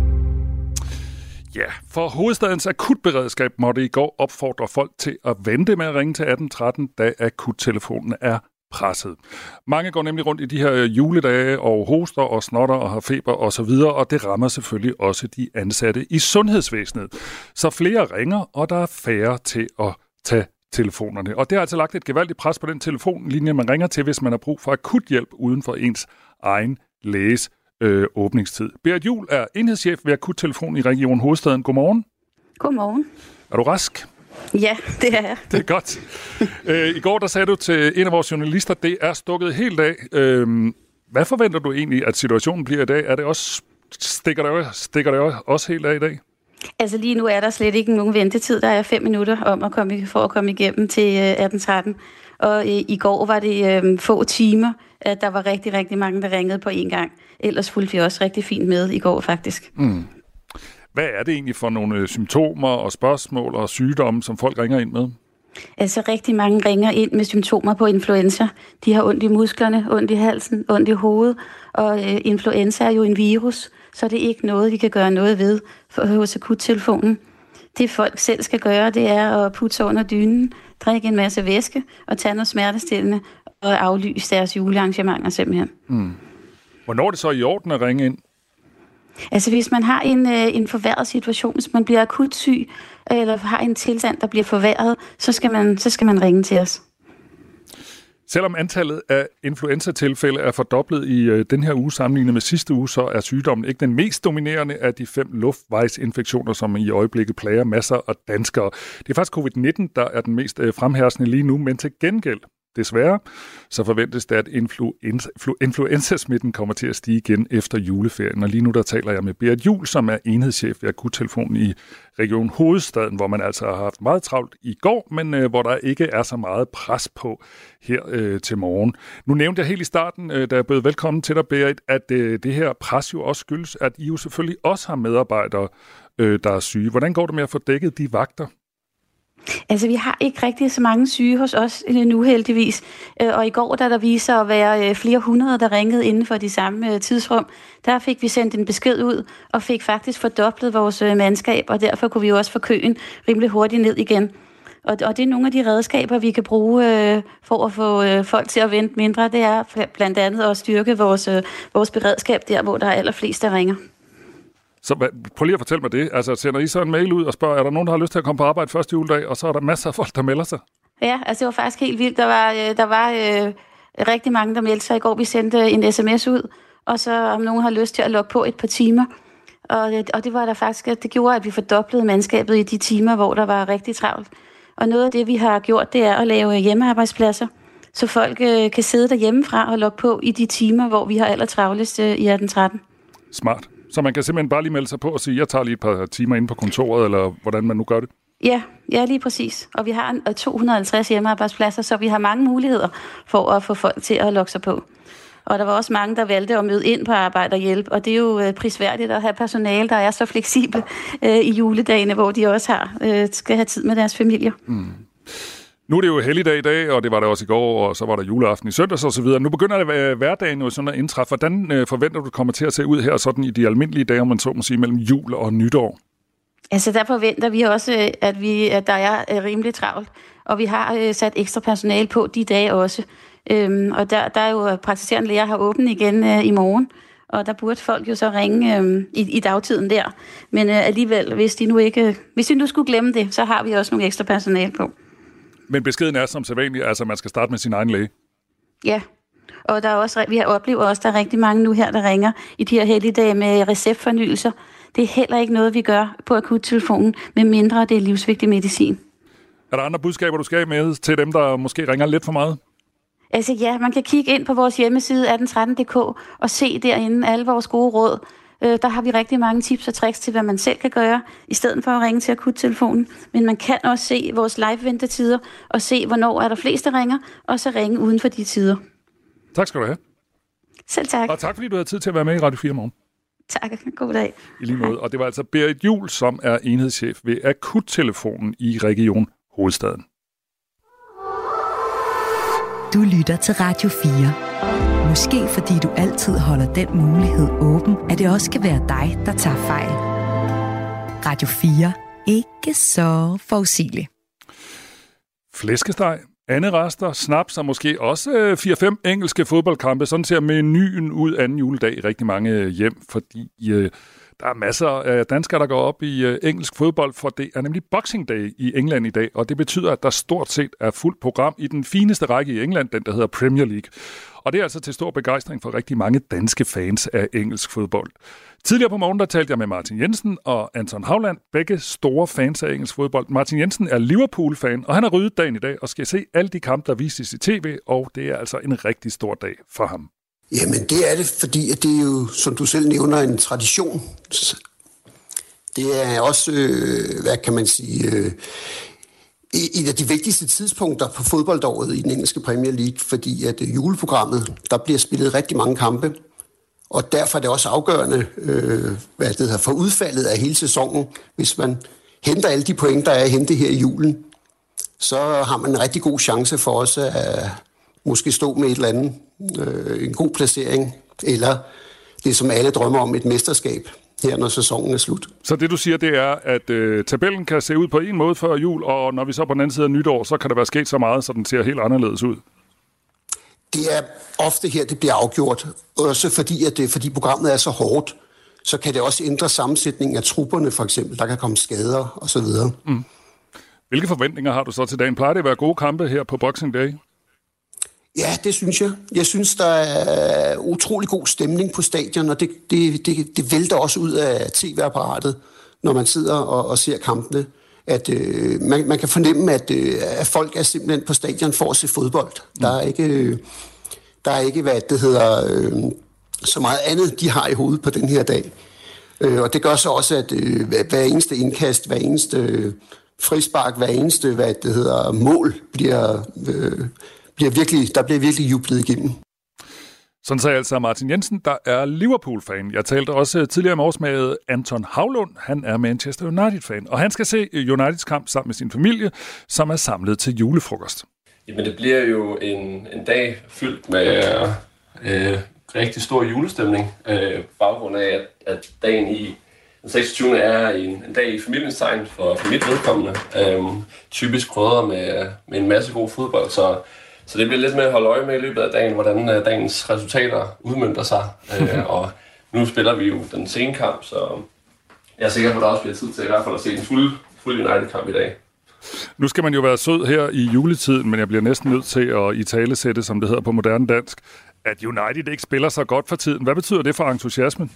Ja, for hovedstadens akutberedskab måtte i går opfordre folk til at vente med at ringe til atten tretten, da akuttelefonen er presset. Mange går nemlig rundt i de her juledage og hoster og snotter og har feber og så videre, og det rammer selvfølgelig også de ansatte i sundhedsvæsenet. Så flere ringer, og der er færre til at tage telefonerne. Og det har altså lagt et gevaldigt pres på den telefonlinje, man ringer til, hvis man har brug for akut hjælp uden for ens egen læges øh, åbningstid. Berit Juhl er enhedschef ved akuttelefon i Region Hovedstaden. Godmorgen. Godmorgen. Er du rask? Ja, det er jeg. Det er godt. øh, I går der sagde du til en af vores journalister, det er stukket helt af. Øh, hvad forventer du egentlig, at situationen bliver i dag? Er det også, stikker, det, stikker det også helt af i dag? Altså lige nu er der slet ikke nogen ventetid. Der er fem minutter om at komme, for at komme igennem til atten tretten. Og øh, i går var det øh, få timer, at der var rigtig, rigtig mange, der ringede på én gang. Ellers fulgte vi også rigtig fint med i går faktisk. Mm. Hvad er det egentlig for nogle symptomer og spørgsmål og sygdomme, som folk ringer ind med? Altså rigtig mange ringer ind med symptomer på influenza. De har ondt i musklerne, ondt i halsen, ondt i hovedet. Og øh, influenza er jo en virus, så det er ikke noget, vi kan gøre noget ved for, hos akuttelefonen. Det folk selv skal gøre, det er at putte sig under dynen, drikke en masse væske og tage noget smertestillende og aflyse deres julearrangementer simpelthen. Mm. Hvornår er det så i orden at ringe ind? Altså hvis man har en, øh, en forværret situation, hvis man bliver akut syg, eller har en tilstand, der bliver forværret, så skal man, så skal man ringe til os. Selvom antallet af influenzatilfælde er fordoblet i øh, den her uge sammenlignet med sidste uge, så er sygdommen ikke den mest dominerende af de fem luftvejsinfektioner, som i øjeblikket plager masser af danskere. Det er faktisk covid nitten, der er den mest øh, fremherskende lige nu, men til gengæld desværre, så forventes det, at influenza, influenzasmitten kommer til at stige igen efter juleferien. Og lige nu der taler jeg med Berit Juhl, som er enhedschef ved akuttelefonen i Region Hovedstaden, hvor man altså har haft meget travlt i går, men øh, hvor der ikke er så meget pres på her øh, til morgen. Nu nævnte jeg helt i starten, øh, da jeg bød velkommen til dig, Berit, at øh, det her pres jo også skyldes, at I jo selvfølgelig også har medarbejdere, øh, der er syge. Hvordan går det med at få dækket de vagter? Altså, vi har ikke rigtig så mange syge hos os nu heldigvis. Og i går, da der viser at være flere hundrede, der ringede inden for de samme tidsrum, der fik vi sendt en besked ud og fik faktisk fordoblet vores mandskab, og derfor kunne vi jo også få køen rimelig hurtigt ned igen. Og, og det er nogle af de redskaber, vi kan bruge øh, for at få øh, folk til at vente mindre. Det er blandt andet at styrke vores, øh, vores beredskab der, hvor der er allerflest, der ringer. Så prøv lige at fortælle mig det. Altså, sender I så en mail ud og spørger, er der nogen, der har lyst til at komme på arbejde første juledag, og så er der masser af folk, der melder sig? Ja, altså det var faktisk helt vildt. Der var, der var øh, rigtig mange, der meldte sig i går. Vi sendte en sms ud, og så om nogen har lyst til at logge på et par timer. Og, og det var der faktisk, det gjorde, at vi fordoblede mandskabet i de timer, hvor der var rigtig travlt. Og noget af det, vi har gjort, det er at lave hjemmearbejdspladser, så folk øh, kan sidde derhjemmefra og logge på i de timer, hvor vi har allertravlest øh, i atten tretten. Smart. Så man kan simpelthen bare lige melde sig på og sige, jeg tager lige et par timer inde på kontoret, eller hvordan man nu gør det? Ja, ja lige præcis. Og vi har to hundrede og halvtreds hjemmearbejdspladser, så vi har mange muligheder for at få folk til at logge sig på. Og der var også mange, der valgte at møde ind på arbejde og hjælpe, og det er jo prisværdigt at have personale, der er så fleksible øh, i juledagene, hvor de også har, øh, skal have tid med deres familier. Mm. Nu er det jo helligdag i dag, og det var der også i går, og så var der juleaften i søndags og så videre. Nu begynder det at være hverdagen jo sådan at indtræffe. Hvordan øh, forventer du, det kommer til at se ud her sådan i de almindelige dage, om man så må sige, mellem jul og nytår? Altså der forventer vi også, at, vi, at der er rimelig travlt, og vi har øh, sat ekstra personale på de dage også. Øhm, og der, der er jo praktiserende læger har åbent igen øh, i morgen, og der burde folk jo så ringe øh, i, i dagtiden der. Men øh, alligevel, hvis de nu ikke, hvis de nu skulle glemme det, så har vi også nogle ekstra personale på. Men beskeden er som sædvanligt, altså man skal starte med sin egen læge. Ja, og der er også, vi har oplevet også, at der er rigtig mange nu her, der ringer i de her helligdage med receptfornyelser. Det er heller ikke noget, vi gør på akuttelefonen, med mindre det er livsvigtig medicin. Er der andre budskaber, du skal med til dem, der måske ringer lidt for meget? Altså ja, man kan kigge ind på vores hjemmeside atten tretten punktum d k og se derinde alle vores gode råd. Øh, der har vi rigtig mange tips og tricks til, hvad man selv kan gøre, i stedet for at ringe til akuttelefonen. Men man kan også se vores live-ventetider og se, hvornår er der flest, der ringer, og så ringe uden for de tider. Tak skal du have. Selv tak. Og tak fordi du havde tid til at være med i Radio fire Morgen. Tak. God dag. I lige måde. Og det var altså Berit Juhl, som er enhedschef ved akuttelefonen i Region Hovedstaden. Du lytter til Radio fire. Måske fordi du altid holder den mulighed åben, at det også kan være dig, der tager fejl. Radio fire. Ikke så forudsigeligt. Flæskesteg, anderester, snaps og måske også fire fem engelske fodboldkampe. Sådan ser menuen ud anden juledag i rigtig mange hjem, fordi øh, der er masser af danskere, der går op i øh, engelsk fodbold, for det er nemlig Boxing Day i England i dag, og det betyder, at der stort set er fuldt program i den fineste række i England, den der hedder Premier League. Og det er altså til stor begejstring for rigtig mange danske fans af engelsk fodbold. Tidligere på morgen, der talte jeg med Martin Jensen og Anton Havland, begge store fans af engelsk fodbold. Martin Jensen er Liverpool-fan, og han har ryddet dagen i dag og skal se alle de kampe, der vises i tv, og det er altså en rigtig stor dag for ham. Jamen, det er det, fordi at det er jo, som du selv nævner, en tradition. Det er også, øh, hvad kan man sige, øh, et af de vigtigste tidspunkter på fodboldåret i den engelske Premier League, fordi at juleprogrammet, der bliver spillet rigtig mange kampe, og derfor er det også afgørende øh, hvad det hedder, for udfaldet af hele sæsonen. Hvis man henter alle de point, der er at hente her i julen, så har man en rigtig god chance for også at måske stå med et eller andet, øh, en god placering, eller det, som alle drømmer om, et mesterskab her, når sæsonen er slut. Så det, du siger, det er, at øh, tabellen kan se ud på en måde før jul, og når vi så på den anden side af nytår, så kan der være sket så meget, så den ser helt anderledes ud. Det er ofte her, det bliver afgjort. Også fordi, at det, fordi programmet er så hårdt, så kan det også ændre sammensætningen af trupperne, for eksempel. Der kan komme skader og så videre. Mm. Hvilke forventninger har du så til dagen? Plejer det at være gode kampe her på Boxing Day? Ja, det synes jeg. Jeg synes, der er utrolig god stemning på stadion, og det, det, det, det vælter også ud af T V-apparatet, når man sidder og, og ser kampene. At øh, man, man kan fornemme, at, øh, at folk er simpelthen på stadion for at se fodbold. Mm. Der er ikke, øh, der er ikke hvad det hedder, øh, så meget andet, de har i hovedet på den her dag. Øh, og det gør så også, at øh, hver eneste indkast, hver eneste øh, frispark, hver eneste hvad det hedder, mål bliver... Øh, Bliver virkelig, der bliver virkelig jublet igennem. Sådan sagde altså Martin Jensen, der er Liverpool-fan. Jeg talte også tidligere i morges med Anton Havlund. Han er Manchester United-fan, og han skal se Uniteds kamp sammen med sin familie, som er samlet til julefrokost. Jamen, det bliver jo en, en dag fyldt med øh, rigtig stor julestemning. Øh, baggrund af, at, at dagen i den seksogtyvende er en, en dag i familiens tegn for, for mit vedkommende. Øh, typisk krydder med, med en masse god fodbold, så Så det bliver lidt med at holde øje med i løbet af dagen, hvordan dagens resultater udmønter sig. øh, og nu spiller vi jo den sene kamp, så jeg er sikker på, at der også bliver tid til i hvert fald at se en fuld, fuld United-kamp i dag. Nu skal man jo være sød her i juletiden, men jeg bliver næsten nødt til at italesætte, som det hedder på moderne dansk, at United ikke spiller så godt for tiden. Hvad betyder det for entusiasmen?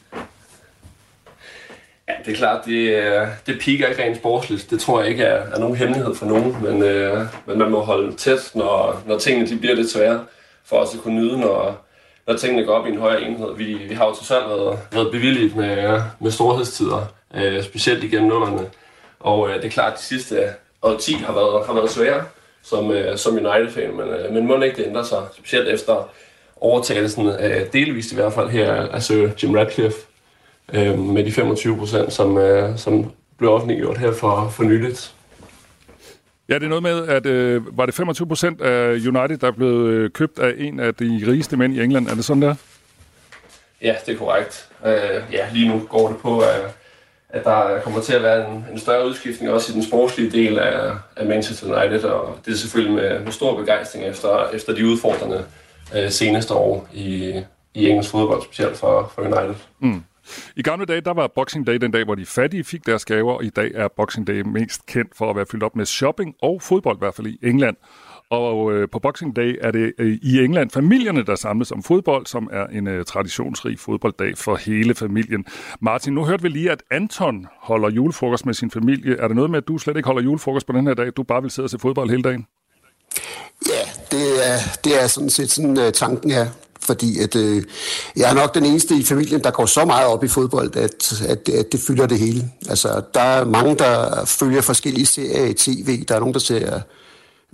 Ja, det er klart, det, det piker ikke rent sportsligt. Det tror jeg ikke er, er nogen hemmelighed for nogen, men, øh, men man må holde tæt, når, når tingene de bliver lidt svære, for os at kunne nyde, når, når tingene går op i en højere enhed. Vi, vi har jo til salg været, været bevilligt med, med storhedstider, øh, specielt igennem nullerne. Og øh, det er klart, at de sidste årti har været, har været svære som, øh, som United-fan, men, øh, men må ikke det ændrer sig, specielt efter overtagelsen, øh, delvist i hvert fald her af Sir Jim Ratcliffe, med de femogtyve procent, som, øh, som blev offentliggjort her for, for nyligt. Ja, det er noget med, at øh, var det femogtyve procent af United, der blev øh, købt af en af de rigeste mænd i England? Er det sådan der? Ja, det er korrekt. Øh, ja, lige nu går det på, at, at der kommer til at være en, en større udskiftning også i den sportslige del af, af Manchester United, og det er selvfølgelig med, med stor begejstring efter, efter de udfordrende øh, seneste år i, i engelsk fodbold, specielt for, for United. Mm. I gamle dage, der var Boxing Day den dag, hvor de fattige fik deres gaver, og i dag er Boxing Day mest kendt for at være fyldt op med shopping og fodbold, i hvert fald i England. Og øh, på Boxing Day er det øh, i England familierne, der samles om fodbold, som er en øh, traditionsrig fodbolddag for hele familien. Martin, nu hørte vi lige, at Anton holder julefrokost med sin familie. Er det noget med, at du slet ikke holder julefrokost på den her dag? Du bare vil sidde og se fodbold hele dagen? Ja, det er, det er sådan set sådan uh, tanken her. Fordi at, øh, jeg er nok den eneste i familien, der går så meget op i fodbold, at, at, at det fylder det hele. Altså, der er mange, der følger forskellige serier i tv. Der er nogen, der ser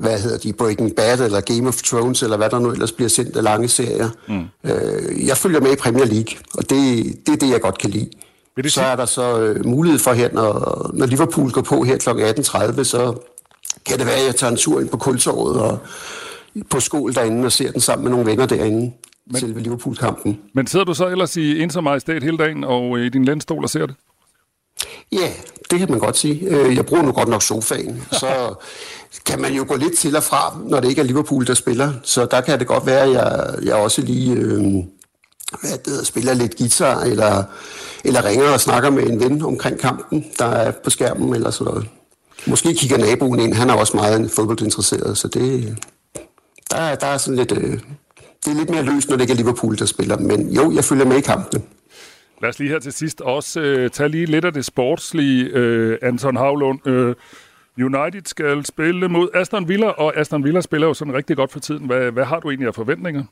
hvad hedder de, Breaking Bad eller Game of Thrones, eller hvad der nu ellers bliver sendt af lange serier. Mm. Øh, jeg følger med i Premier League, og det, det er det, jeg godt kan lide. Så er der så øh, mulighed for her, når, når Liverpool går på her klokken atten tredive, så kan det være, at jeg tager en tur ind på Kultorvet og på skole derinde og ser den sammen med nogle venner derinde, men, selve Liverpool-kampen. Men sidder du så ellers i ensom majestæt hele dagen og i din lænestol og ser det? Ja, det kan man godt sige. Jeg bruger nu godt nok sofaen, så kan man jo gå lidt til og fra, når det ikke er Liverpool, der spiller. Så der kan det godt være, at jeg, jeg også lige øh, hvad det hedder, spiller lidt guitar, eller, eller ringer og snakker med en ven omkring kampen, der er på skærmen, eller sådan noget. Måske kigger naboen ind, han er også meget fodboldinteresseret, så det, der, der er sådan lidt, øh, det er lidt mere løst, når det ikke er Liverpool, der spiller. Men jo, jeg følger med i kampene. Lad os lige her til sidst også øh, tage lige lidt af det sportslige, øh, Anton Havlund. Øh, United skal spille mod Aston Villa, og Aston Villa spiller jo sådan rigtig godt for tiden. Hvad, hvad har du egentlig af forventninger?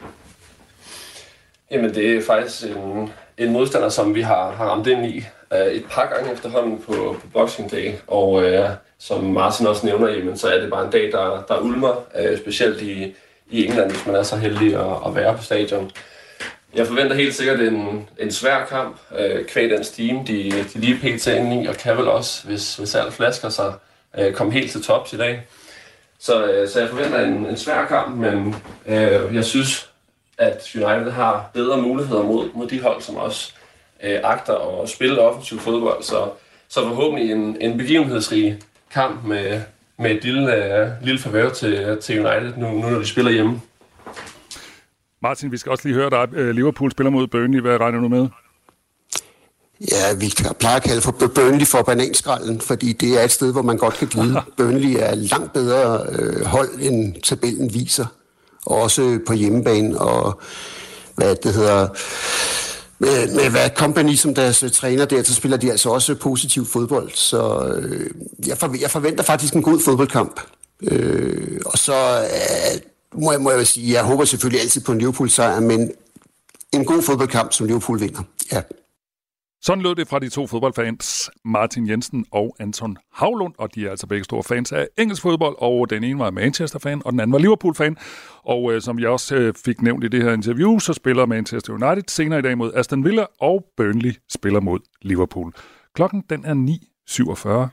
Jamen, det er faktisk en, en modstander, som vi har, har ramt ind i uh, et par gange efterhånden på, på Boxing Day. Og uh, som Martin også nævner, jamen, så er det bare en dag, der, der ulmer, uh, specielt i, i England, hvis man er så heldig at, at være på stadion. Jeg forventer helt sikkert en, en svær kamp, uh, kvæg den steam, de, de lige pt. Inde i, og kan vel også, hvis, hvis alt flasker sig, uh, komme helt til tops i dag. Så, uh, så jeg forventer en, en svær kamp, men uh, jeg synes, at United har bedre muligheder mod, mod de hold, som også øh, agter at spille offensiv fodbold. Så, så forhåbentlig en, en begivenhedsrig kamp med, med et lille, øh, lille favør til, til United, nu, nu når de spiller hjemme. Martin, vi skal også lige høre dig. Liverpool spiller mod Burnley. Hvad regner du med? Ja, vi plejer at kalde for Burnley for bananskralden, fordi det er et sted, hvor man godt kan glide. Burnley er langt bedre øh, hold, end tabellen viser. Også på hjemmebane, og hvad det hedder, med, med hvad Company som deres træner der, så spiller de altså også positiv fodbold. Så øh, jeg, for, jeg forventer faktisk en god fodboldkamp. Øh, og så øh, må, jeg, må jeg sige, jeg håber selvfølgelig altid på en Liverpool-sejr, men en god fodboldkamp, som Liverpool vinder. Ja. Sådan lød det fra de to fodboldfans, Martin Jensen og Anton Havlund, og de er altså begge store fans af engelsk fodbold, og den ene var Manchester-fan, og den anden var Liverpool-fan. Og øh, som jeg også øh, fik nævnt i det her interview, så spiller Manchester United senere i dag mod Aston Villa, og Burnley spiller mod Liverpool. Klokken den er ni syvogfyrre.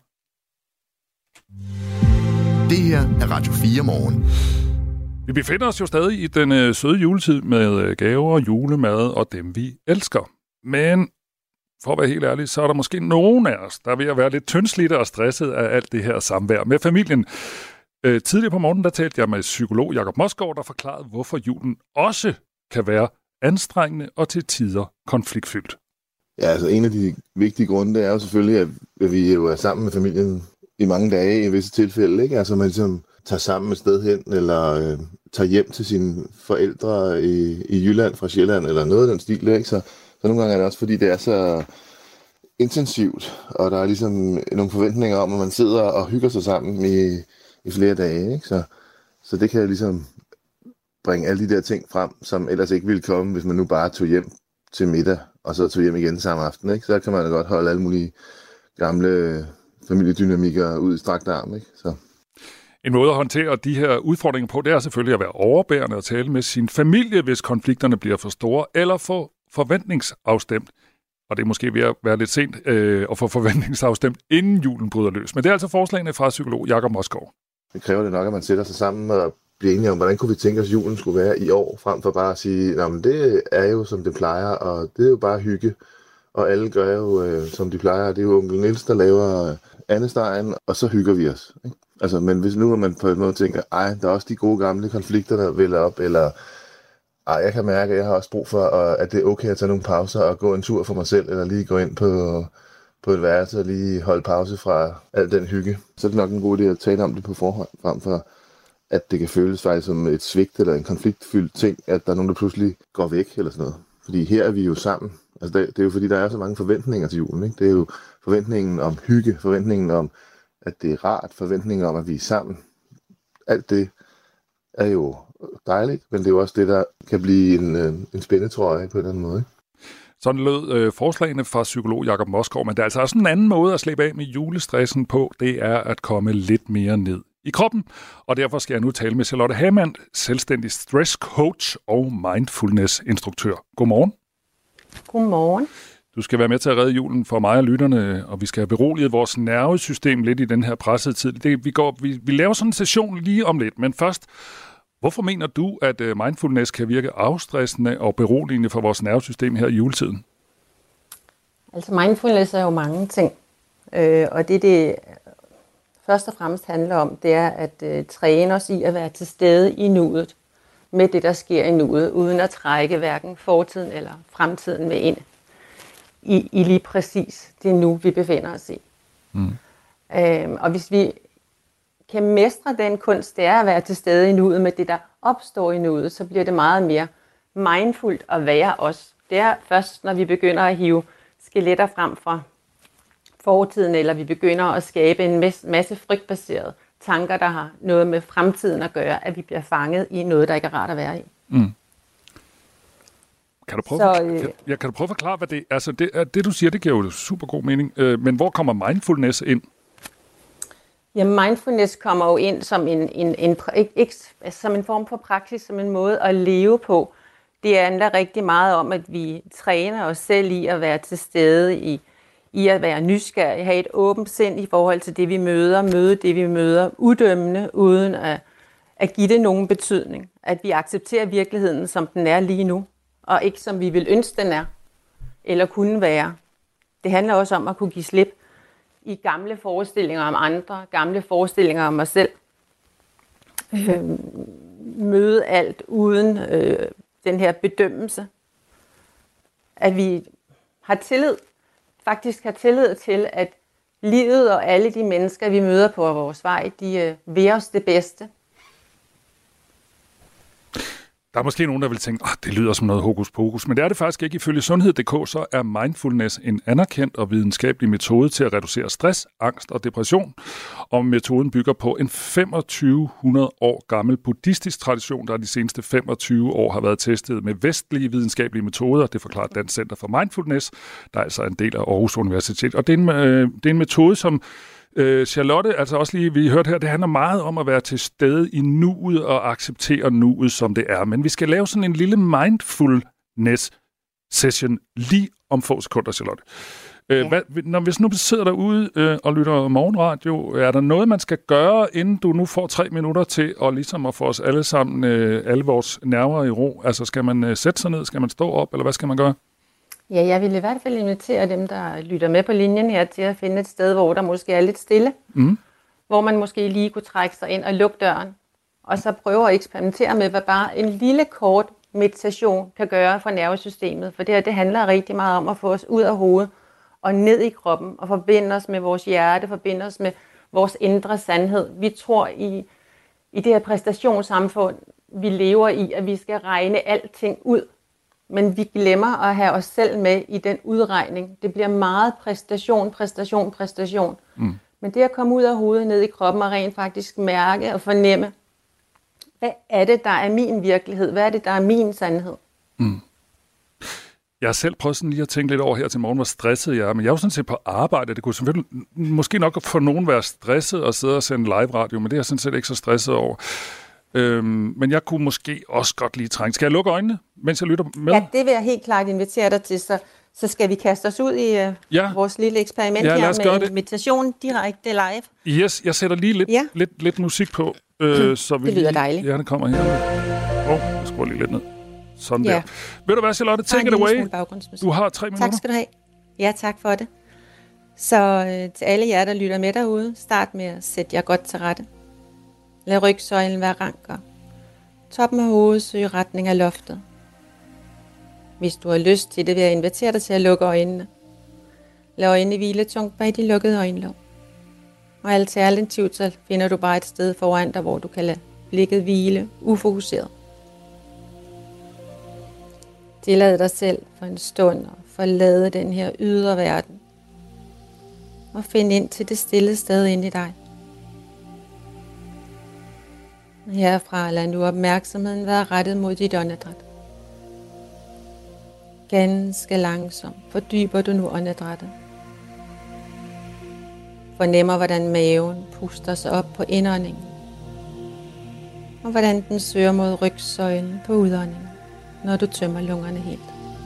Det her er Radio fire Morgen. Vi befinder os jo stadig i den øh, søde juletid med øh, gaver, julemad og dem, vi elsker. Men for at være helt ærlig, så er der måske nogen af os, der er ved at være lidt tyndslidte og stresset af alt det her samvær med familien. Øh, tidligere på morgenen, der talte jeg med psykolog Jakob Mosgaard, der forklarede, hvorfor julen også kan være anstrengende og til tider konfliktfyldt. Ja, altså en af de vigtige grunde, det er jo selvfølgelig, at vi jo er sammen med familien i mange dage i visse tilfælde, ikke? Altså man ligesom tager sammen et sted hen, eller øh, tager hjem til sine forældre i, i Jylland fra Sjælland, eller noget af den stil, ikke? Så Så nogle gange er det også, fordi det er så intensivt, og der er ligesom nogle forventninger om, at man sidder og hygger sig sammen i, i flere dage. Ikke? Så, så det kan ligesom bringe alle de der ting frem, som ellers ikke ville komme, hvis man nu bare tog hjem til middag, og så tog hjem igen samme aften. Ikke? Så kan man da godt holde alle mulige gamle familiedynamikker ud i strakt arm. Ikke? Så. En måde at håndtere de her udfordringer på, det er selvfølgelig at være overbærende og tale med sin familie, hvis konflikterne bliver for store, eller få forventningsafstemt. Og det er måske ved at være lidt sent øh, at få forventningsafstemt, inden julen bryder løs. Men det er altså forslagene fra psykolog Jakob Mosgaard. Det kræver det nok, at man sætter sig sammen og bliver enige om, hvordan kunne vi tænke os, at julen skulle være i år, frem for bare at sige, at det er jo, som det plejer, og det er jo bare hygge. Og alle gør jo, øh, som de plejer. Det er jo onkel Niels, der laver andestegen, og så hygger vi os. Ikke? Altså, men hvis nu man på en måde tænker, ej, der er også de gode gamle konflikter, der vælger op, eller ej, jeg kan mærke, at jeg har også brug for, at det er okay at tage nogle pauser og gå en tur for mig selv, eller lige gå ind på, på et værelse og lige holde pause fra al den hygge. Så er det nok en god idé at tale om det på forhånd, frem for at det kan føles faktisk som et svigt eller en konfliktfyldt ting, at der er nogen, der pludselig går væk eller sådan noget. Fordi her er vi jo sammen. Altså det, det er jo fordi, der er så mange forventninger til julen. Ikke? Det er jo forventningen om hygge, forventningen om, at det er rart, forventningen om, at vi er sammen. Alt det er jo dejligt, men det er jo også det, der kan blive en, en spændetrøje på en eller anden måde. Ikke? Sådan lød øh, forslagene fra psykolog Jakob Mosgaard, men der er altså også en anden måde at slippe af med julestressen på, det er at komme lidt mere ned i kroppen. Og derfor skal jeg nu tale med Charlotte Hamann, selvstændig stress coach og mindfulness-instruktør. Godmorgen. Godmorgen. Du skal være med til at redde julen for mig og lytterne, og vi skal have beroliget vores nervesystem lidt i den her pressede tid. Det, vi, går, vi, vi laver sådan en session lige om lidt, men først, hvorfor mener du, at mindfulness kan virke afstressende og beroligende for vores nervesystem her i juletiden? Altså mindfulness er jo mange ting, øh, og det det først og fremmest handler om, det er at øh, træne os i at være til stede i nuet, med det der sker i nuet, uden at trække hverken fortiden eller fremtiden med ind i, i lige præcis det nu, vi befinder os i. Mm. Øhm, og hvis vi kan mestre den kunst, det er at være til stede i nuet med det, der opstår i nuet, så bliver det meget mere mindfuldt at være os. Det er først, når vi begynder at hive skeletter frem fra fortiden, eller vi begynder at skabe en masse frygtbaserede tanker, der har noget med fremtiden at gøre, at vi bliver fanget i noget, der ikke er rart at være i. Mm. Kan du prøve, Så, at, øh, kan, ja, kan du prøve at forklare, hvad det er? Altså, det, det, du siger, det giver jo super god mening. Øh, men hvor kommer mindfulness ind? Ja, mindfulness kommer jo ind som en, en, en, ikke, ikke, som en form for praksis, som en måde at leve på. Det handler rigtig meget om, at vi træner os selv i at være til stede, i, i at være nysgerrig, have et åbent sind i forhold til det, vi møder, møde det, vi møder, udømmende, uden at, at give det nogen betydning. At vi accepterer virkeligheden, som den er lige nu, og ikke som vi vil ønske, den er, eller kunne være. Det handler også om at kunne give slip i gamle forestillinger om andre, gamle forestillinger om os selv. Øh, møde alt uden øh, den her bedømmelse. At vi har tillid, faktisk har tillid til, at livet og alle de mennesker, vi møder på vores vej, de øh, vil os det bedste. Der er måske nogen, der vil tænke, at det lyder som noget hokus pokus, men det er det faktisk ikke. Ifølge sundhed punktum d k så er mindfulness en anerkendt og videnskabelig metode til at reducere stress, angst og depression. Og metoden bygger på en femogtyve hundrede år gammel buddhistisk tradition, der de seneste femogtyve år har været testet med vestlige videnskabelige metoder. Det forklarer Dansk Center for Mindfulness, der er altså en del af Aarhus Universitet. Og det er en, øh, det er en metode, som Øh, Charlotte, altså også lige, vi hørte her, det handler meget om at være til stede i nuet og acceptere nuet, som det er. Men vi skal lave sådan en lille mindfulness session lige om få sekunder, Charlotte. Øh, ja. hvad, når hvis nu sidder derude øh, og lytter morgenradio, er der noget, man skal gøre, inden du nu får tre minutter til at, ligesom at få os alle sammen, øh, alle vores nerver i ro? Altså skal man øh, sætte sig ned, skal man stå op, eller hvad skal man gøre? Ja, jeg vil i hvert fald invitere dem, der lytter med på linjen her, til at finde et sted, hvor der måske er lidt stille. Mm. Hvor man måske lige kunne trække sig ind og lukke døren. Og så prøve at eksperimentere med, hvad bare en lille kort meditation kan gøre for nervesystemet. For det her, det handler rigtig meget om at få os ud af hovedet og ned i kroppen. Og forbinde os med vores hjerte, forbinde os med vores indre sandhed. Vi tror i, i det her præstationssamfund, vi lever i, at vi skal regne alting ud. Men vi glemmer at have os selv med i den udregning. Det bliver meget præstation, præstation, præstation. Mm. Men det at komme ud af hovedet, ned i kroppen og rent faktisk mærke og fornemme, hvad er det, der er min virkelighed? Hvad er det, der er min sandhed? Mm. Jeg har selv prøvet sådan lige at tænke lidt over her til morgen, hvor stresset jeg er. Men jeg er jo sådan set på arbejde. Det kunne selvfølgelig måske nok for nogen være stresset at sidde og sende live radio, men det er jeg sådan set ikke så stresset over. Øhm, men jeg kunne måske også godt lige trænge. Skal jeg lukke øjnene, mens jeg lytter med? Ja, det vil jeg helt klart invitere dig til. Så, så skal vi kaste os ud i uh, ja. vores lille eksperiment ja, her med meditation direkte live. Yes, jeg sætter lige lidt, ja. lidt, lidt musik på. Øh, så vi det lyder lige, dejligt. Ja, det kommer her. Åh, oh, jeg skruer lige lidt ned. Sådan ja. der. Ved du hvad, Charlotte? Take it away. Du har tre minutter. Tak skal du have. Ja, tak for det. Så øh, til alle jer, der lytter med derude, start med at sætte jer godt til rette. Lad rygsøjlen være ranker. Toppen af hovedet søge retning af loftet. Hvis du har lyst til det, vil jeg invitere dig til at lukke øjnene. Lad øjnene hvile tungt bag de lukkede øjenlåg. Og alternativt så finder du bare et sted foran dig, hvor du kan lade blikket hvile ufokuseret. Tillad dig selv for en stund at forlade den her ydre verden. Og find ind til det stille sted inde i dig. Herfra lad nu opmærksomheden være rettet mod dit åndedræt. Ganske langsomt fordyber du nu åndedrættet. Fornemmer, hvordan maven puster sig op på indåndingen Og hvordan den søger mod rygsøjlen på udåndingen, når du tømmer lungerne helt.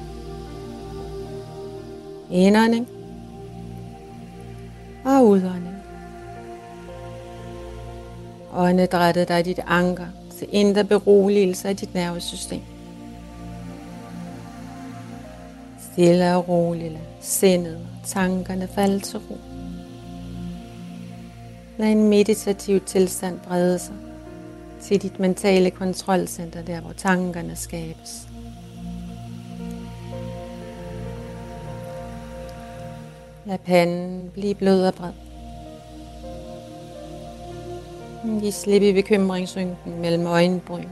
Indånding og udånding. Åndedrættet, der er dit anker til indre beroligelse af dit nervesystem. Stille og roligt lad sindet og tankerne falde til ro. Lad en meditativ tilstand brede sig til dit mentale kontrolcenter, der hvor tankerne skabes. Lad panden blive blød og bred. Giv slip i bekymringsrynken mellem øjenbrynene.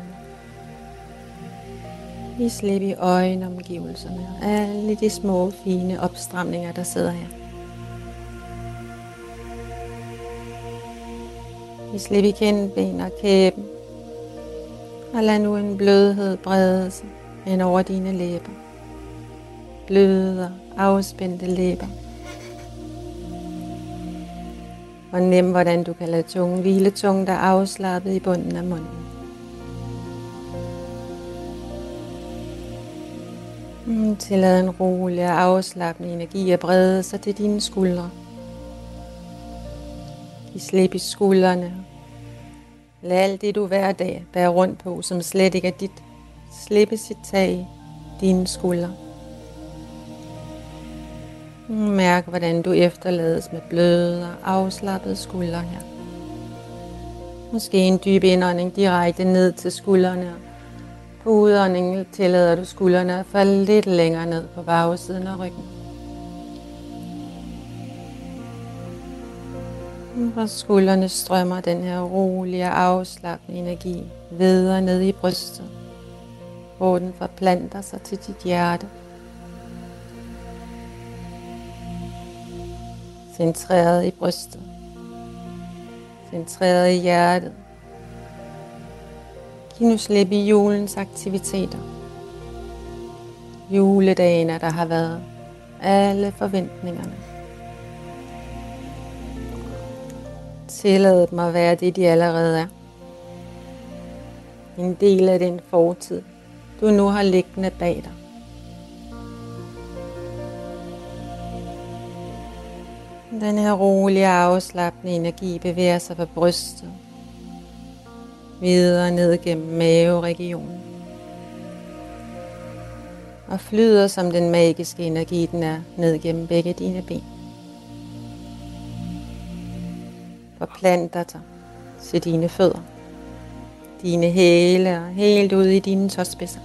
Giv slip i øjenomgivelserne og alle de små, fine opstramninger, der sidder her. Giv slip i kindben og kæben. Og lad nu en blødhed brede sig hen over dine læber. Bløde og afspændte læber. Og nem, hvordan du kan lade tungen hvile, tungen der er afslappet i bunden af munden. Tillad en rolig og afslappende energi at brede sig til dine skuldre. Giv slip i skuldrene. Lad alt det, du hver dag bærer rundt på, som slet ikke er dit, slippe sit tag i dine skuldre. Mærk, hvordan du efterlades med bløde og afslappede skuldre her. Måske en dyb indånding direkte ned til skuldrene. På udåndingen tillader du skuldrene at falde lidt længere ned på bagsiden af ryggen. Fra skuldrene strømmer den her rolige og afslappende energi videre ned i brystet, hvor den forplanter sig til dit hjerte. Centreret i brystet. Centreret i hjertet. Giv nu slip i julens aktiviteter. Juledagene, der har været. Alle forventningerne. Tillad dem at være det, de allerede er. En del af den fortid, du nu har liggende bag dig. Den her rolige og afslappende energi bevæger sig fra brystet, videre ned gennem maveregionen og flyder som den magiske energi, den er ned gennem begge dine ben. Forplanter dig til dine fødder, dine hæle og helt ud i dine tåspidser.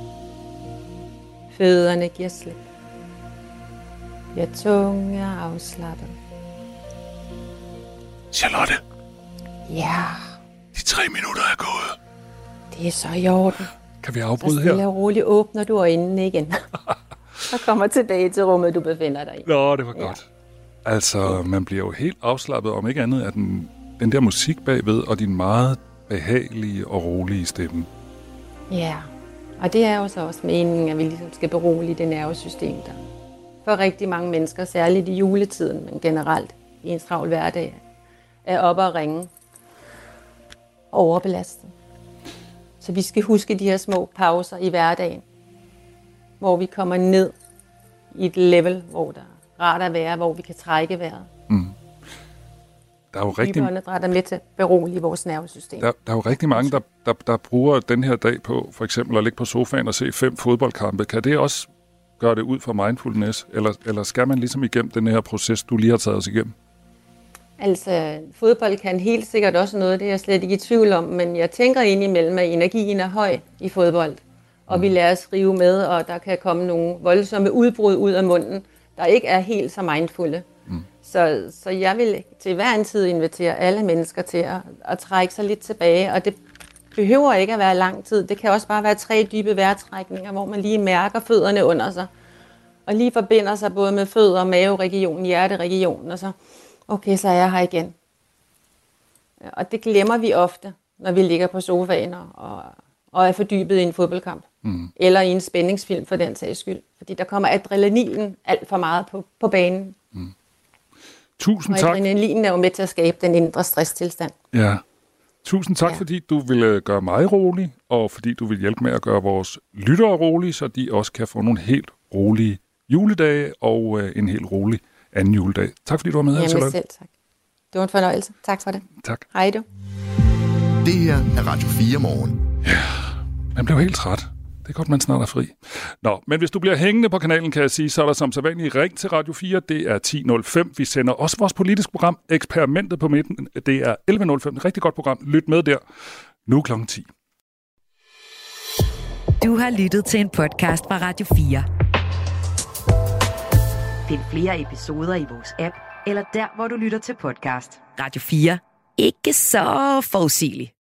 Fødderne giver slip. Bliver tunge og afslappet. Charlotte. Ja. De tre minutter er gået. Det er så i orden. Kan vi afbryde så her? Så stille og roligt åbner du øjnene igen. Og kommer tilbage til rummet, du befinder dig i. Nå, det var godt. Ja. Altså, man bliver jo helt afslappet, om ikke andet af den, den der musik bagved, og din meget behagelige og rolige stemme. Ja, og det er jo så også meningen, at vi ligesom skal berolige det nervesystem der. For rigtig mange mennesker, særligt i juletiden, men generelt i en travl hverdag, er oppe at ringe overbelastet. Så vi skal huske de her små pauser i hverdagen, hvor vi kommer ned i et level, hvor der er rart at være, hvor vi kan trække vejret. Mm. Der er jo rigtig... Åndedræt er med til at berolige vores nervesystem. Der, der er jo rigtig mange, der, der, der bruger den her dag på, for eksempel at ligge på sofaen og se fem fodboldkampe. Kan det også gøre det ud for mindfulness, eller, eller skal man ligesom igennem den her proces, du lige har taget os igennem? Altså, fodbold kan helt sikkert også noget, det er jeg slet ikke i tvivl om, men jeg tænker indimellem, at energien er høj i fodbold, og mm. vi lader os rive med, og der kan komme nogle voldsomme udbrud ud af munden, der ikke er helt så mindfulde. Mm. Så, så jeg vil til hver en tid invitere alle mennesker til at, at trække sig lidt tilbage, og det behøver ikke at være lang tid. Det kan også bare være tre dybe vejrtrækninger, hvor man lige mærker fødderne under sig, og lige forbinder sig både med fødder, maveregionen, hjerteregionen, og så okay, så er jeg her igen. Og det glemmer vi ofte, når vi ligger på sofaen og, og er fordybet i en fodboldkamp. Mm. Eller i en spændingsfilm for den sags skyld. Fordi der kommer adrenalinen alt for meget på, på banen. Mm. Tusind og tak. Og adrenalinen er jo med til at skabe den indre stresstilstand. Ja. Tusind tak, ja. fordi du ville gøre mig rolig, og fordi du vil hjælpe med at gøre vores lyttere rolige, så de også kan få nogle helt rolige juledage og øh, en helt rolig anden juledag. Tak fordi du var med her, Jamen selv tak. Det var en fornøjelse. Tak for det. Tak. Hej du. Det her er Radio fire Morgen. Ja, man blev helt træt. Det er godt, man snart er fri. Nå, men hvis du bliver hængende på kanalen, kan jeg sige, så er der som sædvanligt ring til Radio fire. Det er ti nul fem. Vi sender også vores politiske program, Eksperimentet på midten. Det er elleve nul fem. Et rigtig godt program. Lyt med der. Nu klokken ti. Du har lyttet til en podcast fra Radio fire. Find flere episoder i vores app, eller der, hvor du lytter til podcast. Radio fire. Ikke så forudsigeligt.